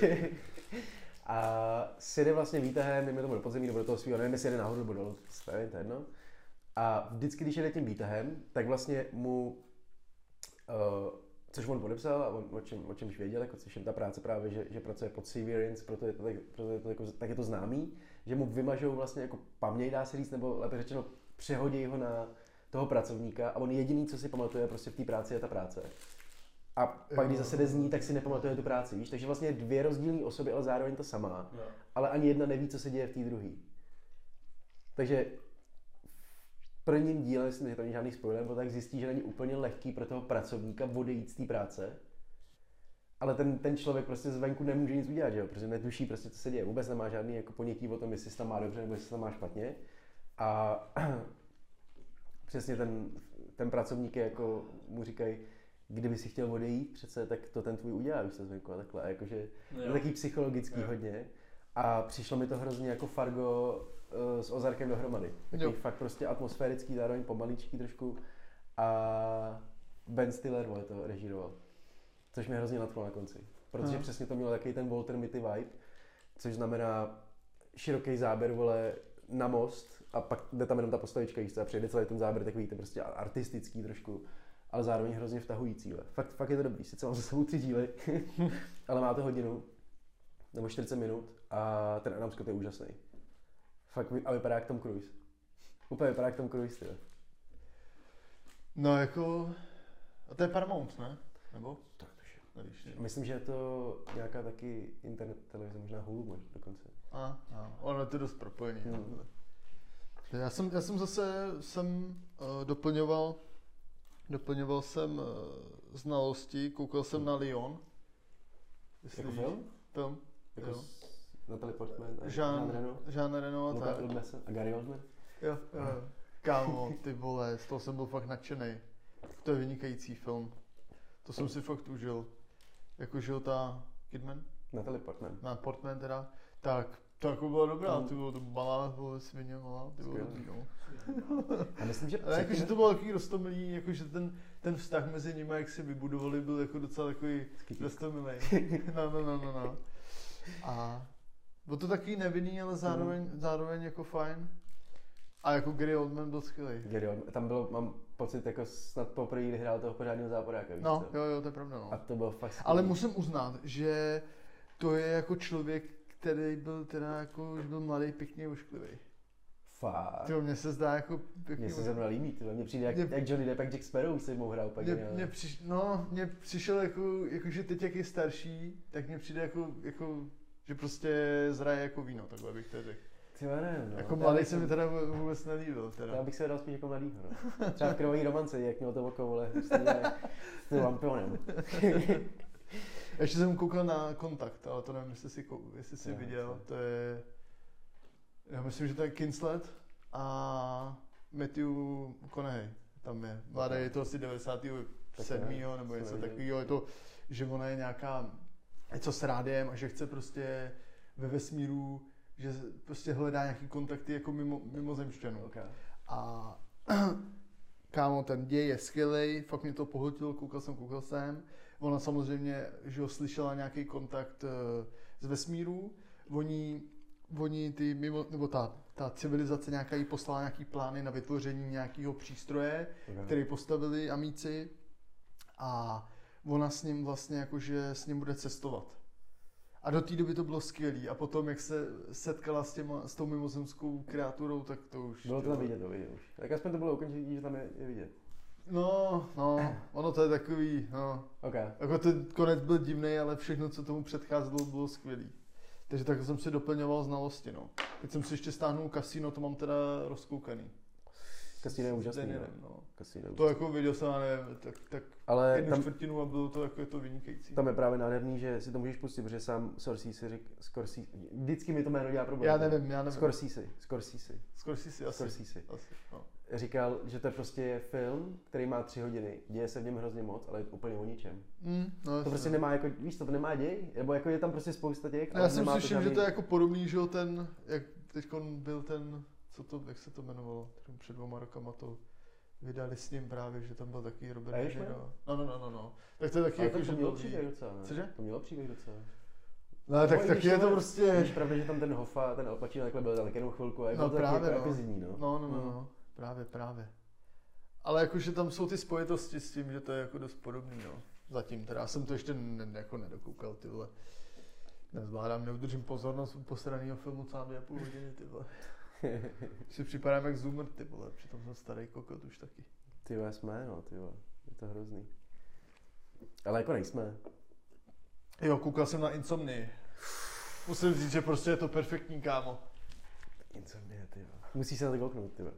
A si jde vlastně výtahem, nevím, tomu do podzemí, nebo do toho svého, nevím, jestli jde nahoru nebo dolů, to je jedno. A vždycky, když jde tím výtahem, tak vlastně mu, což on podepsal a o čemž věděl, jako, což je ta práce právě, že pracuje pod severance, proto je to jako, tak je to známý, že mu vymažou vlastně jako paměť, dá se říct, nebo lépe řečeno přehodí ho na toho pracovníka a on jediný, co si pamatuje prostě v té práci, je ta práce. A pak, když zase jde z ní, tak si nepamatuje tu práci, víš? Takže vlastně dvě rozdílné osoby, ale zároveň to samá, ale ani jedna neví, co se děje v té druhé. Takže v prvním díle, myslím, že to není žádný spoiler, bo tak zjistí, že není úplně lehký pro toho pracovníka odejít z té práce, ale ten člověk prostě zvenku nemůže nic udělat, že jo? Protože netuší prostě, co se děje. Vůbec nemá žádný jako ponětí o tom, jestli se tam má dobře nebo jestli se tam má špatně. A přesně ten pracovník je jako, mu říkají, kdyby si chtěl odejít přece, tak to ten tvůj udělá, víš, se zvenku a takhle. Jakože je takový psychologický hodně. A přišlo mi to hrozně jako Fargo s Ozarkem dohromady. Takový fakt prostě atmosférický, zároveň pomaličký trošku. A Ben Stiller to režíroval. Což mě hrozně nadchlo na konci. Protože přesně to mělo takový ten Walter Mitty vibe, což znamená široký záběr, vole, na most a pak jde tam jenom ta postavička, a přijde celý ten záběr takový ten prostě artistický trošku, ale zároveň hrozně vtahující. Fakt je to dobrý, sice mám za sebou 3 díly, ale má to hodinu nebo 40 minut a ten Adam Scott je úžasný. Fakt a vypadá jak Tom Cruise. Úplně vypadá jak Tom Cruise, tyhle. No jako, a to je Paramount, ne? Nebo? Tak to je. Myslím, že je to nějaká taky internet televize, možná Hulu možná dokonce. Ono je to dost propojený. Já jsem zase doplňoval jsem znalosti, koukal jsem na Lyon. Jako film? Film. Jako Natalie Portman a Jean Reno a tak. A Gary Oldman? Jo. Kámo, ty vole, z toho jsem byl fakt nadšenej. To je vynikající film. To jsem si fakt užil. Jako žil ta Kidman? Natalie Portman. Portman teda. Tak, to jako byla dobrá, ty bylo to malá, svině malá, ty bylo dobrý, no. A myslím, že jakože to bylo takový roztomilý, jakože ten vztah mezi nimi, jak si vybudovali, byl jako docela takový roztomilý. No. A byl to takový nevinný, ale zároveň jako fajn. A jako Gary Oldman byl skvělý. Gary Oldman, tam bylo, mám pocit, jako snad poprvé, kdy hrál toho pořádného záporáka, víš co? Jo, to je pravda, no. A to bylo fakt skvělý. Ale musím uznat, že to je jako člověk, který byl teda jako, už byl mladý, pěkně ošklivý. Fakt? Tyjo, mně se zdá jako pěkně. Mně se zrovna líbí, mně přijde jak Johnny Depp, jak Jack Sparrow se mou hrál pak. Mně přišel jako, že teď jak je starší, tak mně přijde jako že prostě zraje jako víno, takhle bych to řekl. No. Jako mladý se mi teda vůbec nelíbil. Teda. Já bych se dal spíš jako mladýho, no. Třeba v Krvavý romance, jak měl to oko, vole, s tím lampionem. Ještě jsem koukal na Kontakt, ale to nevím, jestli jsi viděl, to je, já myslím, že to je Kinslet, a Matthew McConaughey tam je. Mladý, je to asi 97. nebo něco takového. Je to, že ona je nějaká něco s rádiem a že chce prostě ve vesmíru, že prostě hledá nějaký kontakty jako mimozemšťanů. Okay. A kámo, ten děj je skvělej, fakt mě to pohltilo, koukal jsem. Ona samozřejmě, že ho slyšela nějaký kontakt z vesmíru. Oni ty mimo, nebo ta civilizace nějaká jí poslala nějaký plány na vytvoření nějakého přístroje, který postavili amíci a ona s ním vlastně jakože s ním bude cestovat. A do té doby to bylo skvělý a potom, jak se setkala s tou mimozemskou kreaturou, tak to už... Bylo to tam vidět, to vidět už. Tak aspoň to bylo ukončení, že tam je vidět. No, ono to je takový, no. Okay. Jako ten konec byl divný, ale všechno, co tomu předcházelo, bylo skvělý. Takže tak jsem si doplňoval znalosti, no. Teď jsem si ještě stáhnul Casino, to mám teda rozkoukaný. Casino je úžasný, no. Casino. To jako viděl jsem, nevím, tak ale jednu čtvrtinu a bylo to jako je to vynikající. Tam je právě nádherný, že si to můžeš pustit, protože sám Scorsese vždycky mi to jméno dělá problém. Já nevím. Scorsese. Asi, no. Říkal, že to prostě je film, který má 3 hodiny, děje se v něm hrozně moc, ale je úplně o ničem. No, to prostě nemá jako, víš to nemá děj, nebo jako je tam prostě spousta těch. Já jsem slyšel, že to je jako podobný, že ten, jak teďkon byl ten, jak se to jmenovalo, před 2 rokama to vydali s ním právě, že tam byl taky Robert De Niro. No. Tak to je taky jako, že mělo příběh docela, ne? Cože? To mělo příběh docela. No, tak je to prostě... Je pravda, že tam ten Hoffa, ten Al Pacino takhle byl tak jenom chvilku a no, to právě, taky jako epizodní, no. No. Právě. Ale jakože tam jsou ty spojitosti s tím, že to je jako dost podobný, no. Zatím teda, já jsem to ještě jako nedokoukal, ty vole. Nezvládám, neudržím pozornost u posranýho filmu celá 2,5 hodiny, ty vole. Si připadám jak Zoomer, ty vole, přitom jsem starý kokot už taky. Ty vole, jsme, no, ty vole, je to hrozný. Ale jako nejsme. Jo, koukal jsem na Insomnii. Musím říct, že prostě je to perfektní, kámo. Insomnie, ty vole. Musíš se na to kouknout, ty vole.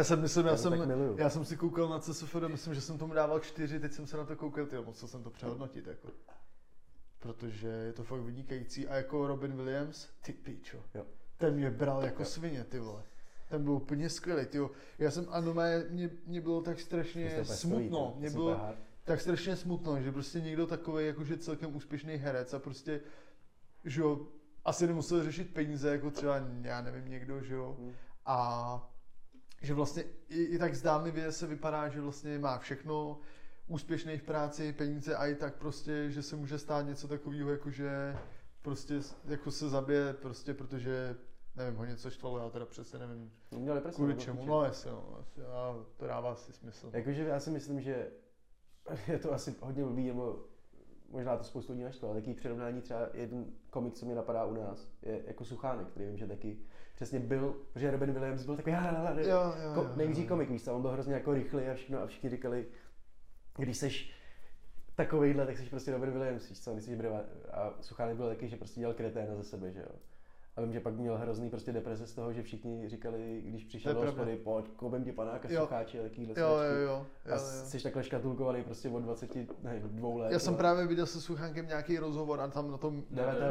Já jsem si koukal na CSFD, myslím, že jsem tomu dával 4, teď jsem se na to koukal, tyjo, musel jsem to přehodnotit, jako. Protože je to fakt vynikající a jako Robin Williams, ty píčo. Jo. Ten mě bral jako svině, ty vole. Ten byl úplně skvělý, tyjo. Já jsem, ano, mě bylo tak strašně smutno, mě bylo tak strašně smutno, že prostě někdo takovej, jakože celkem úspěšný herec a prostě, že jo, asi nemusel řešit peníze, jako třeba, já nevím, někdo, že jo. A že vlastně i tak zdánlivě se vypadá, že vlastně má všechno, úspěšný v práci, peníze a i tak prostě, že se může stát něco takového, jakože prostě jako se zabije prostě, protože nevím, ho něco štvalo, já teda přesně nevím, kvůli čemu, no jasně, to dává si smysl. Jakože já si myslím, že je to asi hodně blbý, nebo možná to spoustu lidí naštval, ale taký přirovnání třeba jeden komik, co mě napadá u nás, je jako Suchánek, který vím, že taky přesně byl, protože Robin Williams byl takový nejvíc komik, víš co, on byl hrozně jako rychlý a všechno a všichni říkali, když seš takovejhle, tak seš prostě Robin Williams, víš co, myslíš, a Suchánek byl taky, že prostě dělal kreténa za sebe, že jo. A vím, že pak měl hrozný prostě deprese z toho, že všichni říkali, když přišel do hospody, pojď, koupím ti panáka, Sucháči a takovýhle sračky. A jsi takhle škatulkovaný prostě od 22 let. Já jsem právě viděl se Suchánkem nějaký rozhovor a tam na tom,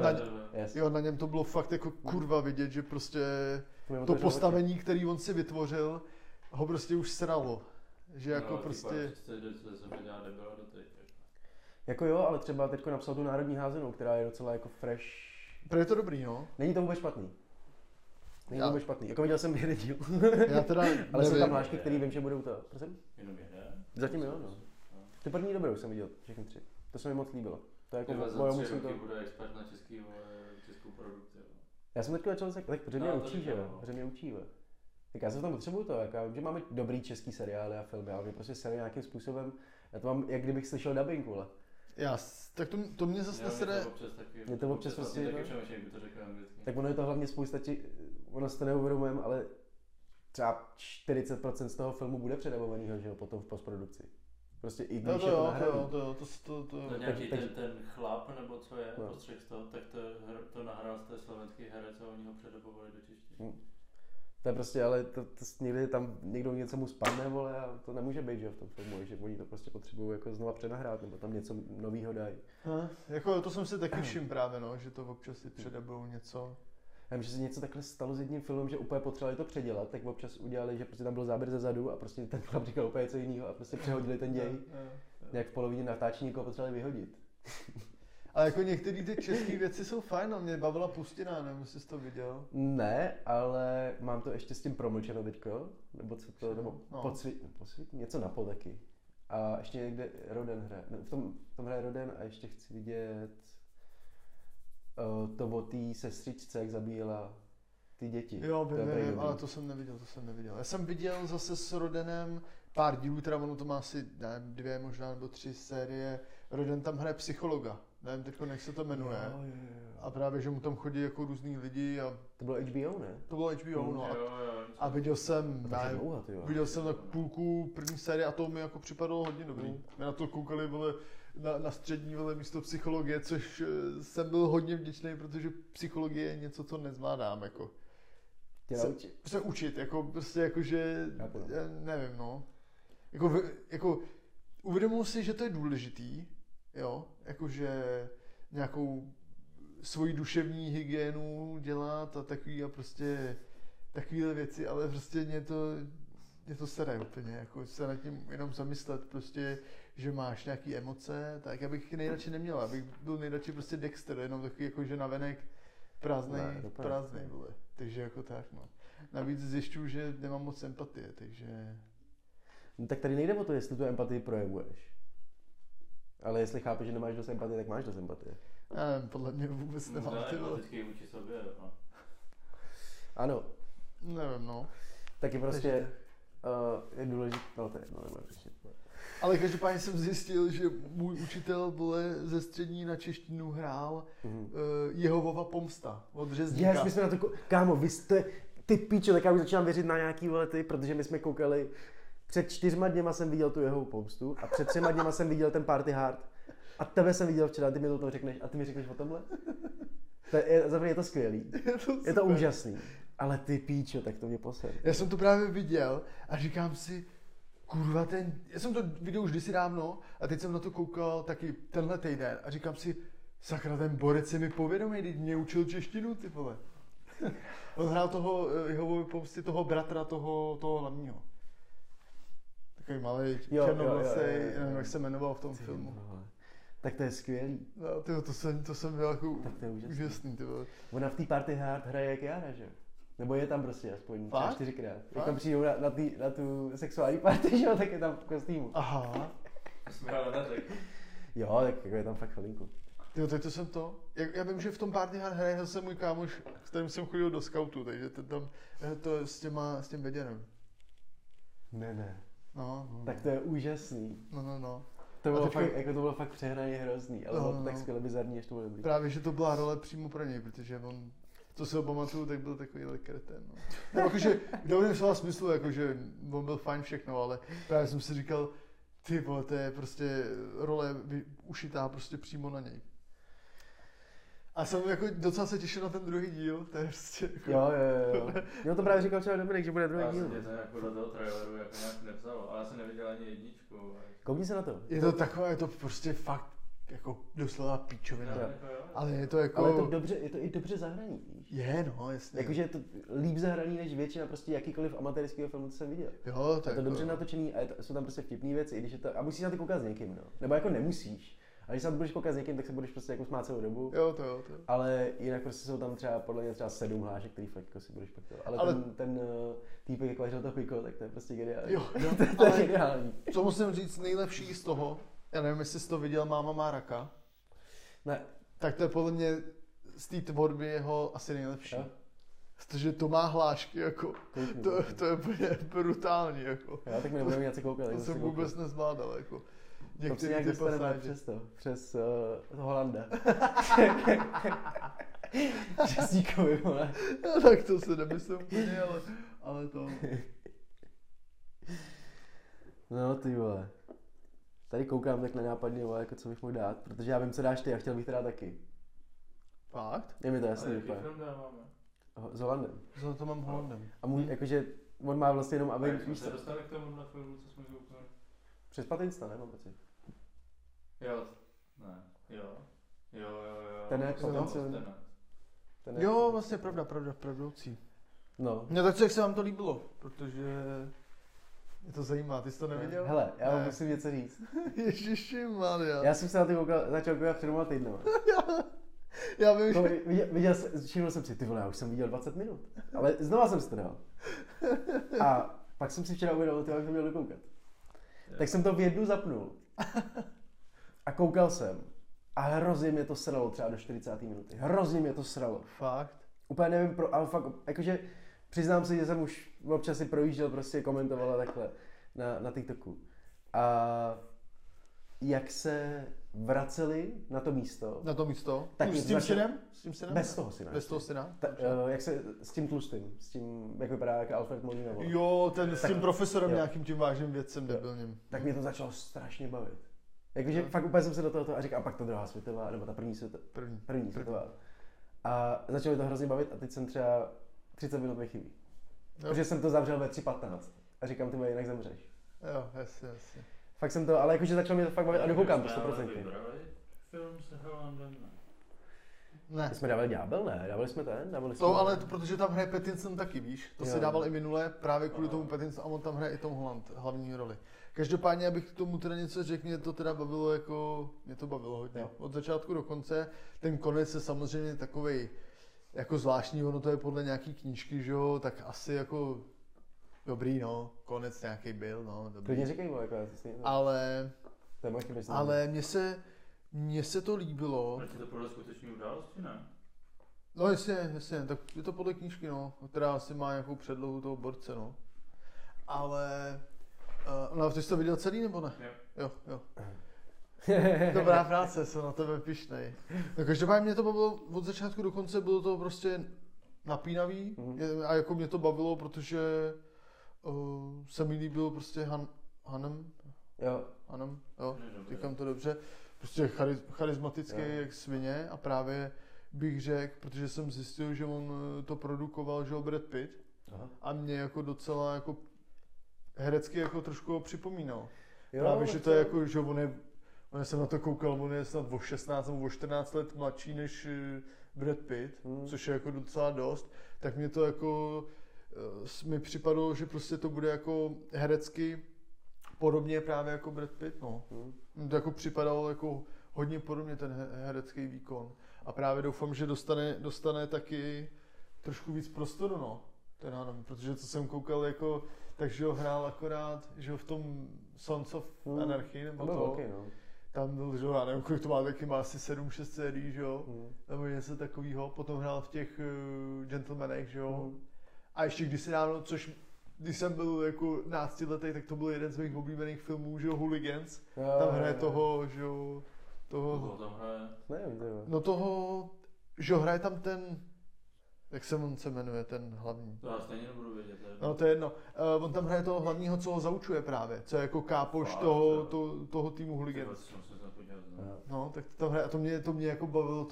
na něm to bylo fakt jako kurva vidět, že prostě to postavení, který on si vytvořil, ho prostě už sralo. Že jako prostě... Jako jo, ale třeba teďko napsal tu Národní házenou, která je docela jako fresh. Je to dobrý, no. Není to vůbec špatný. Vůbec špatný. Jako viděl jsem jeden díl. Já teda ale jsou tam hlášky, který vím, že budou to. Prosím? Jenom jeden? Zatím jo, no. Ty první dobrou jsem viděl, všechny 3. To se mi moc líbilo. To je jako za 3 roky bude expert na českou produkci. Já jsem teďka začal tak protože mě učí, že jo. Protože mě učí, tak já se tam potřebuju to, já vím, že máme dobrý český seriály a filmy, ale mě prostě seriály nějakým způsobem, já to mám, jak kdybych slyšel dubbing, vole. Tak to mě zase nesere... Mě to občas prostě... Tak ono je to hlavně spousta ono se to neuvědomujeme, ale třeba 40% z toho filmu bude předabovanýho, že jo, potom v postprodukci. Prostě i když je to nahraný. To nějaký ten chlap, nebo co je, postřeh z toho, tak to nahrál z té slovenský herec a oni ho předabovali do češtiny. To je prostě, ale to někdy tam někdo něco mu spadne, vole, a to nemůže být, že v tom filmu, že oni to prostě potřebují jako znova přenahrát, nebo tam něco novýho dají. Jako to jsem si taky všiml právě, no, že to občas si předabujou něco. Já vím, že se něco takhle stalo s jedním filmem, že úplně potřebovali to předělat, tak občas udělali, že prostě tam byl záběr ze zadu a prostě ten chlap říkal úplně něco jiného a prostě přehodili ten děj. Jak v polovině natáčení někoho potřebovali vyhodit. Ale jako některé ty české věci jsou fajn, no. Mě bavila Pustina, nevím, jestli jsi to viděl. Ne, ale mám to ještě s tím promlčeno teďko, nebo co to, nebo No. podsvít, něco na pol taky. A ještě někde Roden hraje, v tom hraje Roden a ještě chci vidět to o té sestřičce, jak zabíjela ty děti. Jo, To je prej vím, dobrý. ale to jsem neviděl. Já jsem viděl zase s Rodenem pár dílů, teda ono to má asi, nevím, 2 možná nebo 3 série. Roden tam hraje psychologa, nevím teď, jak se to jmenuje. Jo. A právě, že mu tam chodí jako různý lidi a To bylo HBO, ne? to bylo HBO, no. Jo. A viděl jsem, To je nevím, dlouho, ty jo. viděl jsem na půlku první série a to mi jako připadalo hodně dobrý. My na to koukali, vole, na střední, vole, místo psychologie, což jsem byl hodně vděčný, protože psychologie je něco, co nezvládám, jako. Tě naučit. Se učit, jako prostě jako, že, Chápu, no. já nevím, no. Jako uvědomuji si, že to je důležitý, jo, jakože nějakou svoji duševní hygienu dělat a takový a prostě takovýhle věci, ale prostě mě to sere úplně, jako se nad tím jenom zamyslet prostě, že máš nějaký emoce, tak já bych nejradši neměl, abych byl nejradši prostě Dexter, jenom takový jako, že navenek prázdnej, vole. Takže jako tak, no. Navíc zjišťuju, že nemám moc empatie, takže... No, tak tady nejde o to, jestli tu empatii projevuješ. Ale jestli chápeš, že nemáš dost empatie, tak máš dost empatie. Já nevím, podle mě vůbec nemám, ty vole. Vždycky vůči sobě, no. Ano, Nevím, no. taky prostě je důležité, no to je jedno, nebudu řešit. Ale každopádně jsem zjistil, že můj učitel, vole, ze střední na češtinu hrál Jehovova pomsta od Řezníka. Yes, my jsme na to kámo, vy jste, ty píčo, tak já už začínám věřit na nějaký lety, protože my jsme koukali, před 4 dněma jsem viděl tu Jehovu pomstu a před 3 dněma jsem viděl ten Party Hard a tebe jsem viděl včera, ty mi to řekneš a ty mi řekneš o tomhle? Za mě je to skvělý, je to úžasný, ale ty píčo, tak to mě poser. Já jsem to právě viděl a říkám si, kurva, já jsem to viděl už kdysi dávno a teď jsem na to koukal taky tenhle týden a říkám si, sakra, ten borec je mi povědomý, teď mě učil češtinu, ty vole. On hrál toho Jehovovy pomsty, toho bratra, toho hlavního. Takový malý černovlasej, nevím, jak se jmenoval v tom filmu. Tak to je skvělý. No, tyjo, to jsem byl jako úžasný, ty vole. Ona v té Party Hard hraje jak Jára, že jo? Nebo je tam prostě aspoň Fakt? 4krát. Jak tam přijdou na tu sexuální party, že jo, tak je tam v kostýmu. Aha. Jo, tak jako je tam fakt chvilinku. Jo, tak to jsem to. Já vím, že v tom Party Hard hraje zase můj kámoš, s kterým jsem chodil do scoutu, takže ten tam to je s tím Veděrem. Ne. No. Tak to je úžasný. No. To bylo fakt, jako to bylo fakt přehraně hrozný, ale bylo to tak skvěle bizarní, až to bylo dobrý. Právě, že to byla role přímo pro něj, protože on, co si ho pamatuju, tak byl takový kretén, no. No, jakože, v dobrém slova smyslu, jakože on byl fajn všechno, ale právě jsem si říkal, ty vole, to je prostě role ušitá prostě přímo na něj. A jsem jako docela se těšil na ten druhý díl, to je prostě jako... Jo. Jo, to právě říkal včera Dominik, že bude druhý díl. Já jsem tě jako do toho traileru jako nějak nepsalo, ale já jsem neviděl ani jedničku. Koukni se na to. Je to takové, je to prostě fakt jako doslova píčovina. Ale je to jako... Ale je to i dobře zahraný, víš? Je, no, jasně. Jakože je to líp zahraný než většina prostě jakýkoliv amatérského filmu, co jsem viděl. Jo, je to dobře natočený a jsou tam prostě vtipné věci, i když je to, a musíš na to koukat s někým, no. Nebo jako nemusíš. A když se na to budeš koukat s někým, tak se budeš prostě jako smát celou dobu. Jo. Ale jinak prostě jsou tam třeba podle mě třeba 7 hlášek, který fakt jako si budeš pak to. Ale ten týpek, jak vařil to piko, tak to je prostě geniální. Jo, to je geniální. Co musím říct nejlepší z toho, já nevím, jestli jsi to viděl, Máma má raka. Ne. Tak to je podle mě z té tvorby jeho asi nejlepší. Jo? Protože to má hlášky, jako, to je úplně brutální, jako. Já tak mi nebudeme něco koukat. To jsem vůbec nezvládal, jako. To si nějak dostaneme přes Holanda. Řezníkovi, vole. No, tak to se nemyslím úplně, ale to... No ty vole. Tady koukám tak nenápadně, vole, jako co bych mohl dát, protože já vím, co dáš ty a chtěl bych to dát taky. Fakt? Je mi to jasný. Ale jaký film dáváme? S Holandem. Za to mám Holandem. A můj, jakože, on má vlastně jenom, aby... Jak jsme se dostali k tomu na filmu, co jsme koukali? Přes Patinsta, ne? Mám pocit. Jo. Ten je potenciální. Jo, vlastně pravdoucí. No. No tak co, jak se vám to líbilo? Protože mě to zajímá, ty jsi to neviděl? Hele, já vám musím něco říct. Ježišimarja. Já jsem se na ty začal koukat před 2 týdny. Já vím, No, že... všiml jsem si, ty vole, já už jsem viděl 20 minut. Ale znova jsem si to dal. A pak jsem si včera uvědomil, jak to měl dokoukat. Tak jsem to v jednu zapnul. A koukal jsem. A hrozně mě to sralo třeba do 40. minuty. Hrozně mě to sralo. Fakt? Úplně nevím, ale fakt, jakože přiznám si, že jsem už občas si projížděl, prostě komentoval takhle na TikToku. A jak se vraceli na to místo. Na to místo? Tak s tím synem? Bez toho syna. Bez toho syna? Jak se s tím tlustým, s tím, jak vypadá jako Alfred Molina. Jo, s tím profesorem nějakým tím vážným vědcem debilním. Tak mě to začalo strašně bavit. Jakože fakt úplně jsem se do toho a říkal, a pak ta druhá světová, nebo ta první světová. A začalo mi to hrozně bavit a teď jsem třeba 30 minut mi chybí. Protože jsem to zavřel ve 3:15 a říkám, ty moje, jinak zemřeš. Jo, jasně. Fakt jsem to, ale jakože začalo mě to fakt bavit a dokoukám to 100%. Film se Hollandem, ne. My jsme dávali Ďábel, ne? Dávali jsme. To ale protože tam hraje Pattinson taky, víš? To si dával i minule právě kvůli tomu Pattinson a on tam hraje i Tom Holland hlavní roli. Každopádně, abych k tomu teda něco řekl, mě to teda bavilo mě to bavilo hodně. Jo. Od začátku do konce, ten konec je samozřejmě takovej jako zvláštní, ono to je podle nějaký knížky, že jo, tak asi jako dobrý, no, konec nějaký byl, no, dobrý. Klidně říkej, jako ale mně se to líbilo. Ale ti to podle skutečné události, ne? No jasně, tak je to podle knížky, no, která asi má nějakou předlohu toho borce, no. Ale, no, ty jsi to viděl celý, nebo ne? Jo. Dobrá práce, jsem na tebe pyšnej. No každopádně mě to bavilo od začátku do konce, bylo to prostě napínavý a jako mě to bavilo, protože se mi líbil prostě Hanem, říkám to dobře, prostě charismatický jak svině a právě bych řekl, protože jsem zjistil, že on to produkoval, že Brad Pitt. Aha. A mě jako docela jako herecky jako trošku ho připomínal. Jo, právě, že to je jako, že on jsem na to koukal, on je snad o 16 nebo o 14 let mladší než Brad Pitt, což je jako docela dost, tak mě to jako mi připadalo, že prostě to bude jako herecky podobně právě jako Brad Pitt, no. Mně to jako připadalo jako hodně podobně ten herecký výkon. A právě doufám, že dostane taky trošku víc prostoru, no, ten Hanem, protože co jsem koukal jako, takže ho hrál akorát, že ho v tom Sons of Anarchy, nebo to, okay, no. Tam byl, že já nevím, kolik to má, taky má asi 7-6 sérií, že jo, nebo něco takového, potom hrál v těch Gentlemanech, že jo, a ještě kdysi dávno, když jsem byl jako 12letý, tak to byl jeden z mých oblíbených filmů, že jo, Hooligans, tam hraje toho, že jo, toho tam hraje? Nevím, no toho, že hraje tam ten, jak se on se jmenuje, ten hlavní. To já stejně nebudu vědět. No to je jedno. On tam hraje toho hlavního, co ho zaučuje právě, co je jako kápoš toho týmu Hooligans. No, tak to tam hraje a to mě jako bavilo,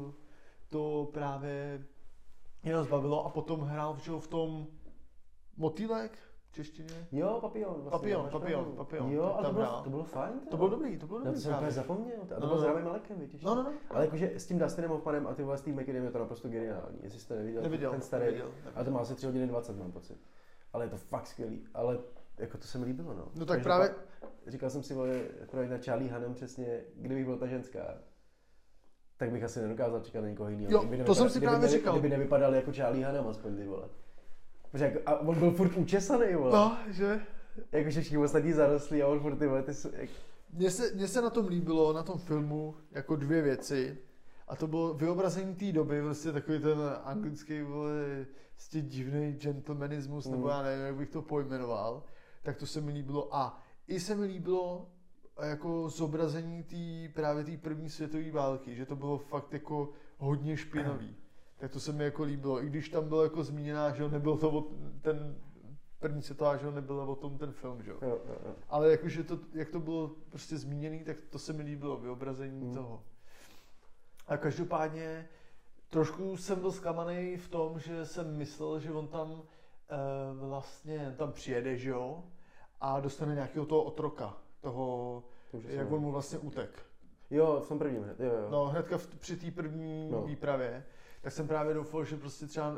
to právě mě zbavilo a potom hrál v tom Motýlek v češtině? Jo, Papillon. Jo, ale to bylo fajn. To bylo dobrý. Já to jsem úplně zapomněl. A to bylo s Rami Malekem, víš? No. Ale jakože s tím Dustinem Hoffmanem a ty s tím McKinnem je to naprosto geniální. Jestli jste neviděl ten starý. Neviděl. Ale to má asi 3 hodiny 20, mám pocit. Ale je to fakt skvělý. Ale jako to se mi líbilo, no. No tak právě... Říkal jsem si, vole, na Charlie Hanem přesně, kdybych byl ta ženská, tak bych asi nedokázal čekat na někoho jiného. Jo, to jsem si právě říkal. Kdyby nevypadal jako Charlie Hanem aspoň, ty vole. Protože jako, a on byl furt učesaný, vole. No, že? Jakože všichni ostatní zarostlí a on furt, ty vole, Mně se na tom líbilo, na tom filmu, jako 2 věci. A to bylo vyobrazení té doby, prostě takový ten anglický, vole, prostě divný gentlemanismus, nebo já nevím, jak bych to pojmenoval. Tak to se mi líbilo. A i se mi líbilo jako zobrazení právě té první světové války, že to bylo fakt jako hodně špinavý. Tak to se mi jako líbilo, i když tam bylo jako zmíněná, že nebyl to ten první světová, že nebyl o tom ten film, že jo. Ale jakože jak to bylo prostě zmíněný, tak to se mi líbilo, vyobrazení toho. A každopádně trošku jsem byl zklamaný v tom, že jsem myslel, že on tam vlastně tam přijede, že jo, a dostane nějakého toho otroka, jak on mu vlastně utek. Jo, v tom prvním hned, jo. No, hnedka při té první výpravě. tak jsem právě doufal, že prostě třeba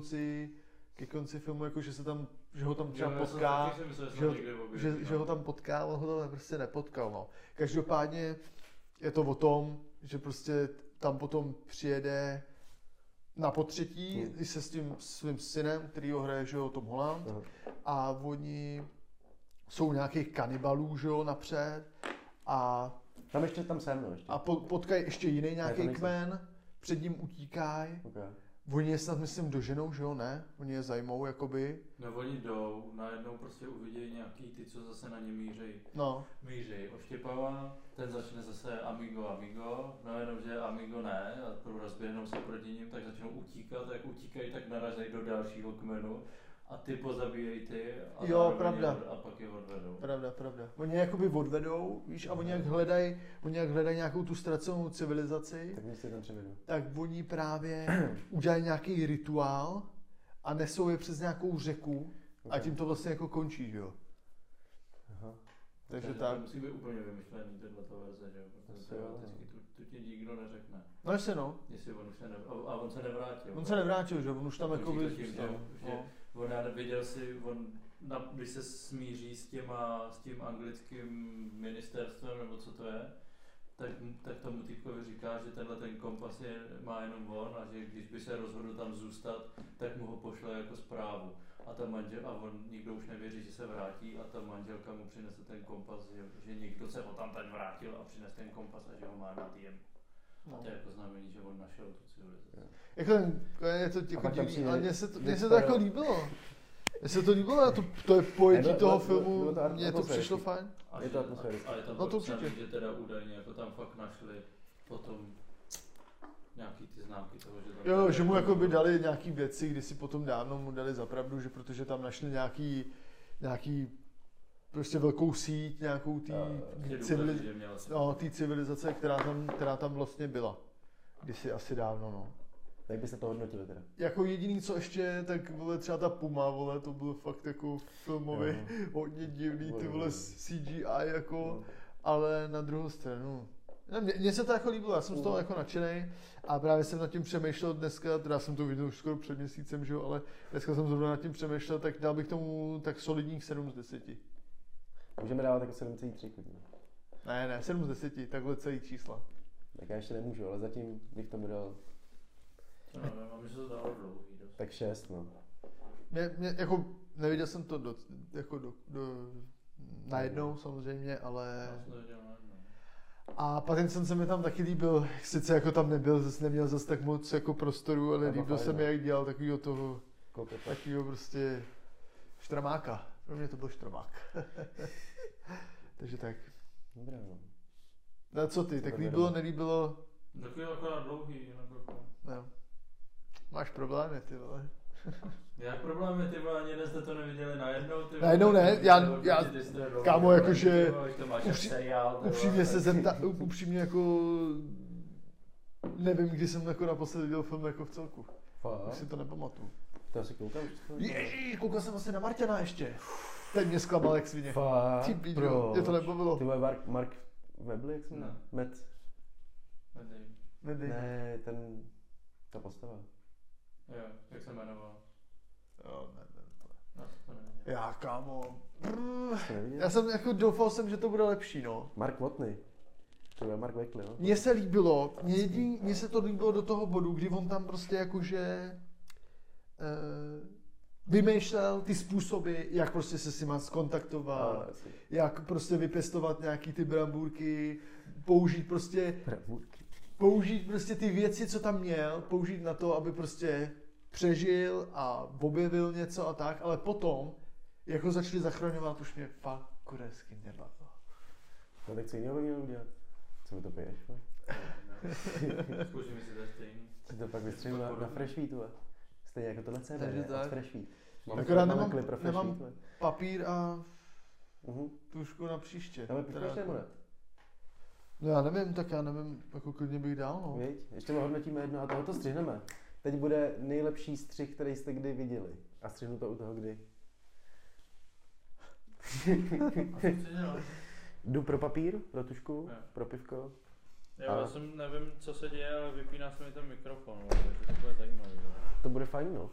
ke konci filmu, jako že ho tam třeba potká, že ho tam potká, on ho tam prostě nepotkal, no. Každopádně je to o tom, že prostě tam potom přijede na potřetí se s tím svým synem, který ho hraje, že jo, Tom Holland, a oni jsou nějakých kanibalů, že jo, napřed, a tam ještě tam jsem, no, ještě. A potkají ještě jiný nějaký kmen, před ním utíkají. Okay. Oni je snad, myslím, doženou, že jo, ne? Oni je zajmou, jakoby. No oni jdou, najednou prostě uvidějí nějaký ty, co zase na ně mířejí. No. Mířejí oštěpava, ten začne zase amigo, najednou, že amigo ne, a rozběhnou se proti ním, tak začnou utíkat, jak utíkají, tak naražejí do dalšího kmenu. A ty pozabíjejí ty a, jo, pravda. A pak je odvedou. Pravda. Oni je jakoby odvedou, víš, a oni jak hledají nějakou tu ztracenou civilizaci, tak oni právě udělají nějaký rituál a nesou je přes nějakou řeku a tím to vlastně jako končí, že jo. Aha. Takže tak. To musí být úplně vymyšlený tato verze, že jo, protože tu ti nikdo neřekne. No jestli no. Jestli on už on se nevrátil. On se nevrátil, že on už tam jako on já nevěděl si, když se smíří s tím anglickým ministerstvem, nebo co to je, tak tomu týpkovi říká, že tenhle ten kompas má jenom on a že když by se rozhodl tam zůstat, tak mu ho pošle jako zprávu. A on nikdo už nevěří, že se vrátí a ta manželka mu přinese ten kompas, že někdo se ho tam teď vrátil a přines ten kompas a že ho má nad jim. No. A to je jako znamení, že on našel tu civilizaci. Jako je to jako divný, ale mně se to jako líbilo. Mně se to líbilo, to je pojetí toho filmu, mně to přišlo fajn. A je tam no to určitě. Že teda údajně jako tam fakt našli potom nějaký ty známky toho, že tam... Jo, že mu jako by dali nějaký věci, kdy si potom dávno mu dali za pravdu, že protože tam našli nějaký prostě velkou síť, nějakou té civilizace, která tam vlastně byla. Kdysi asi dávno, no. Jak byste to hodnotili teda? Jako jediný, co ještě, tak vole, třeba ta Puma, vole, to bylo fakt jako filmový, hodně divný, ty vole CGI jako, ale na druhou stranu. Mně se to jako líbilo, já jsem z toho jako nadšenej a právě jsem nad tím přemýšlel dneska, teda jsem to viděl už skoro před měsícem, že jo, ale dneska jsem zrovna nad tím přemýšlel, tak dal bych tomu tak solidních 7 z 10. Můžeme dávat jako 7,3 klidně. Ne, 7 z 10, takhle celý čísla. Tak já ještě nemůžu, ale zatím bych tomu dal... No, my se to dalo dlouhý dost. Tak 6, no. Mě jako, neviděl jsem to najednou samozřejmě, ale... A Pattinson se mi tam taky líbil, sice jako tam neměl zase tak moc jako prostoru, ale líbil se mi, jak dělal takovýho toho, takovýho prostě štramáka. Pro mě to byl štramák. Takže tak. Dobré, no. No co ty, tak líbilo, nelíbilo? Takový akorát dlouhý, jinak jako. No. Máš problémy, ty vole. Jak problémy, ty vole, ani dnes jste to neviděli najednou, ty vole. Najednou ne, já kámo, jakože, upřímně jako, nevím, kdy jsem jako naposledy viděl film jako v celku. Už si to nepamatuju. To asi koukal už? Ježíš, koukal jsem asi na Marťana ještě. Teď mě zklamal jak svině. Fakt? Ty píčo, mě to nebavilo. Ty vole, Mark Webley, jak se jmenuje? Matt. Ne, ta postava. Jo, jak se jmenoval? Jo, nevím. Já, kámo. Doufal jsem, že to bude lepší, no. Mark Watney. To je Mark Webley, no. Mně se líbilo, mně se to líbilo do toho bodu, kdy on tam prostě jakože vymýšlel ty způsoby, jak prostě se s nima skontaktovat, jak prostě vypěstovat nějaký ty brambůrky, použít prostě ty věci, co tam měl, použít na to, aby prostě přežil a objevil něco a tak, ale potom, jako začali zachraňovat, už mě fakt kurecky nebavilo. No tak co jiného by měl udělat? Co mi to piješ? Zkusím, jestli to je stejný. Si to pak vystřelím na Freshweetu. Stejně jako tohle CD od Freshweet. Akorát nemám papír a tušku na příště. Ale píšeš nebo ne? No já nevím, jako klidně bych dál, no. Víď, ještě hodnotíme jedno a tohoto střihneme. Teď bude nejlepší střih, který jste kdy viděli. A střihnu to u toho kdy. A co děláš? Jdu pro papír, pro tušku, pro pivko. Já jsem nevím, co se děje, ale vypíná se mi ten mikrofon, takže to bude zajímavé. To bude fajn, no.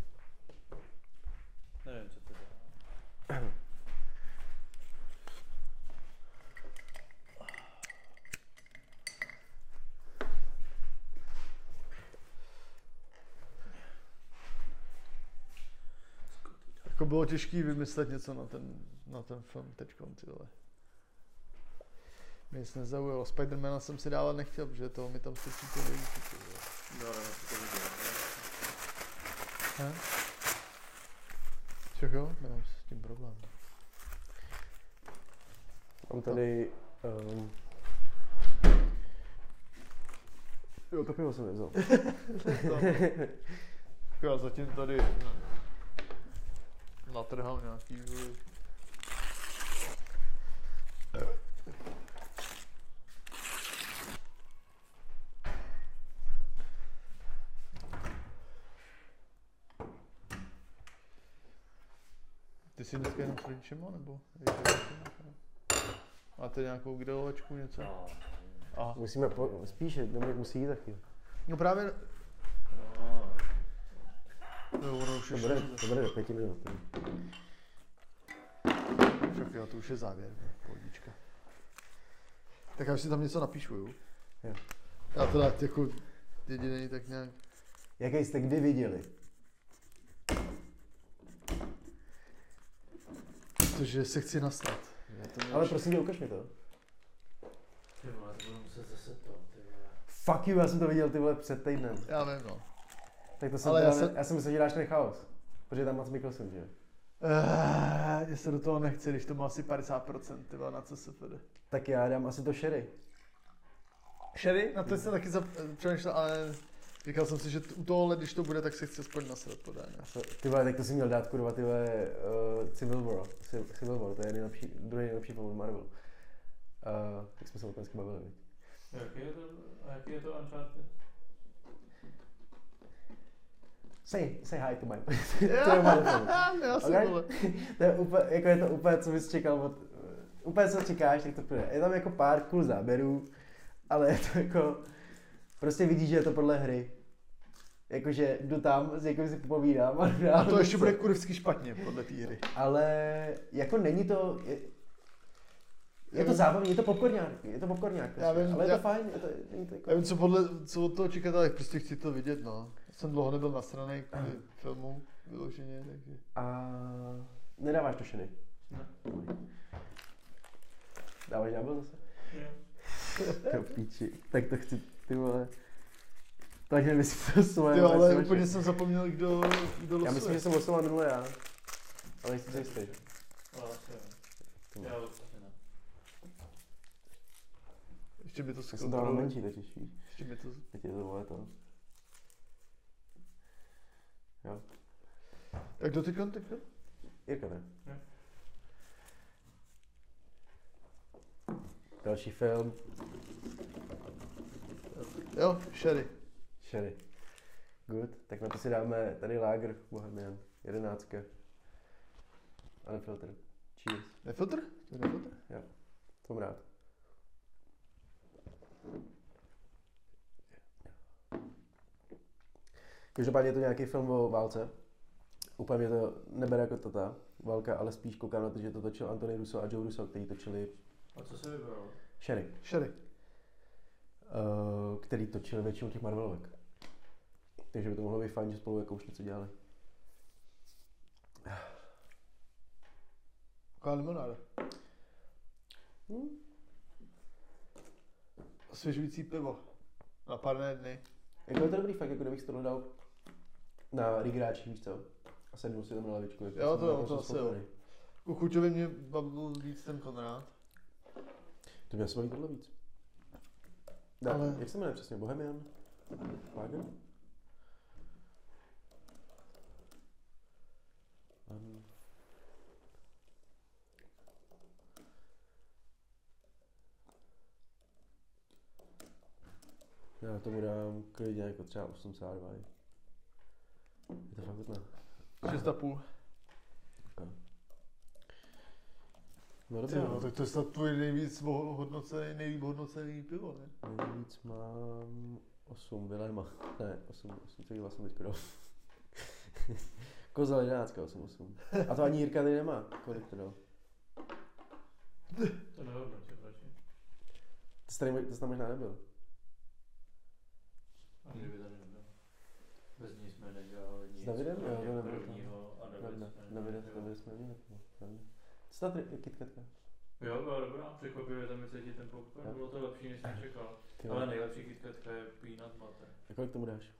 Nevím, co to dělá. Jako bylo těžké vymyslet něco na ten film teďkon, ty vole. Mě nic nezaujalo. Spidermana jsem si dávat nechtěl, protože toho mi tam stačí to nejvíc. No, to viděl. Však jo? Nemám s tím problém. Mám tady... Jo, to pivo jsem nevzal. Já zatím tady natrhal nějaký... Ty jsi dneska jenom s rodičema, nebo? Máte nějakou grilovačku, něco? No. Aha. Musíme spíše, Dominik musí jít taky. No právě... No. No, ono už To bude do 5 minut. Však jo, to už je závěr, pohodička. Tak já už si tam něco napíšu, jo? Jo. Já teda jako jedinej tak nějak... Jaký jste kdy viděli? Protože se chci nastat. Ale prosím tě, ukaž mi to. Ty vole, to budu muset zase to, ty vole. Fuck you, já jsem to viděl ty vole před týdnem. Já vím, no. Tak to jsem Ale já jsem myslel, že dáš ten chaos. Protože tam Mads Mikkelsen, že? Já se do toho nechci, když to má asi 50%, ty vole, na co se vede. Tak já dám asi to Sherry. Sherry? Na to jsem taky přemýšlel, ale říkal jsem si, že u tohohle, když to bude, tak se chci aspoň nasrat podání. Ty vole, tak to jsi měl dát kurva ty vole Civil War. Civil War, to je druhý nejlepší film od Marvel. Tak jsme se o tom dneska bavili, viď? Jaký je to Uncharted? Say hi to my... to je Marvel film. Okay? To je úplně, jako je to úplně, co bys čekal od... Úplně co čekáš, tak to půjde. Je tam jako pár cool záběrů, ale je to jako... Prostě vidíš, že je to podle hry. Jakože jdu tam, s někým si popovídám a to ještě bude kurvsky špatně podle té hry. Ale jako není to... Je to zábavný, je to popcorňák, prostě. Já vím, ale je to fajn, není to jako... Já vím, co od toho čekat, ale prostě chci to vidět, no. Já jsem dlouho nebyl nasranej k filmu, vyloženě, takže... A nedáváš to šeny? Ne. Dáváš ďábel zase? Ne. To píči, tak to chci, ty vole. Takže my si to svoje... Ty ale úplně jsem zapomněl, kdo losuje. Já myslím, že jsem losoval minule já. Ale jsi to jistý. Ale asi jo. Já určitě ne. Ještě mi to Já jsem dal menší totiž, víš. Ještě mi to... Teď je to vole to. Jo. Tak kdo ty kontakty? Jirka, ne? Ne. Další film. Jo, Sherry. Sherry. Good. Tak na to si dáme tady Lager Bohemian. 11. A nefiltr. Cheers. Nefiltr? To je nefiltr? Jo. Jsem rád. Každopádně je to nějaký film o válce. Úplně mě to nebere jako ta válka, ale spíš koukám na to, že to točil Anthony Russo a Joe Russo, kteří točili... A co se vybral? Sherry. Sherry. Který točili většinu těch Marvelovek. Takže by to mohlo být fajn, že spolu jako už něco dělali. Jaká limonáda? Osvěžující pivo. Na pár dny. Jako je to dobrý fakt, jako kdybych si to dal na rigráčích, víš co? A sednu si tam na lavičku. Jako Jo, to asi jo. U chuťově mě bavil víc ten Konrád. To mě asi baví tohle víc. Ale... Jak se jmenuje přesně? Bohemian? Lager? Já tomu dám klidně jako třeba 82. Je to fakt chutná. 6,5. Okay. No Ty dobrá. jo, tak to je snad tvůj nejlíp hodnocený pivo, ne? Nejvíc mám 8, Vilema. Ne, 8, co dělal jsem teďka dal. Kozel 11, 8. A to ani Jirka tady nemá. Kolik to dal? To nehodnotím radši. To jsi tam možná nebyl. A kdyby tady nebyl. Bez ní jsme nedělali nic. S Davidem? Jo, to nebylo tam. Prvního a Davide jsme neměli. Co ta KitKatka? Jo, byla dobrá, překvapivě tam se ti ten popcorn, bylo to lepší, než jsem čekal. Ale nejlepší KitKatka je peanut butter. A kolik tomu dáš?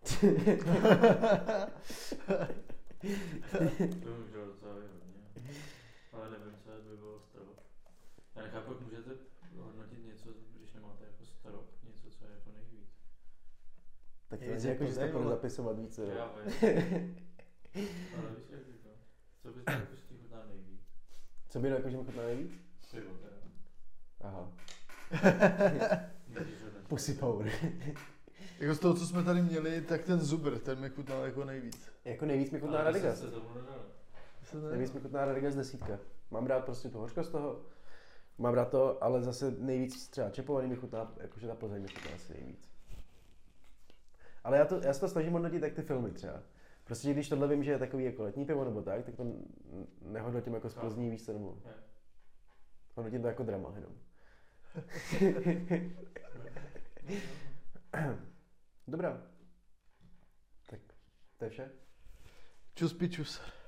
To už bylo docela hodně. Ale nevím, co by bylo strop. Já nechápu, jak můžete hodnotit něco, když nemáte jako strop, něco, co je jako nejvíc. Tak to je jako, že jsi to bude zapisovat více. Já vím. Ale víš, jak to? Co bys jako s tím chutná nejvíc? Co by jako, že mi chutná nejvíc? Pivo teda. Aha. Když hodnotíš. Pussy power. Jako z toho, co jsme tady měli, tak ten Zubr, ten mi chutnal jako nejvíc. Jako nejvíc mi chutná Ale Radigas. se tomu nedali. Nejvíc mi chutná Radigas 10. Mám rád prostě tu hořkost toho. Mám rád to, ale zase nejvíc třeba čepovaný mi chutná, jakože ta Plzeň mi chutná asi nejvíc. Ale já se to snažím hodnotit jak ty filmy třeba. Prostě když tohle vím, že je takový jako letní pivo nebo tak to nehodnotím jako z Plzní, víš co, nebo hodnotím to jako drama jenom. Dobrá. Tak, to je vše. Čus pičus.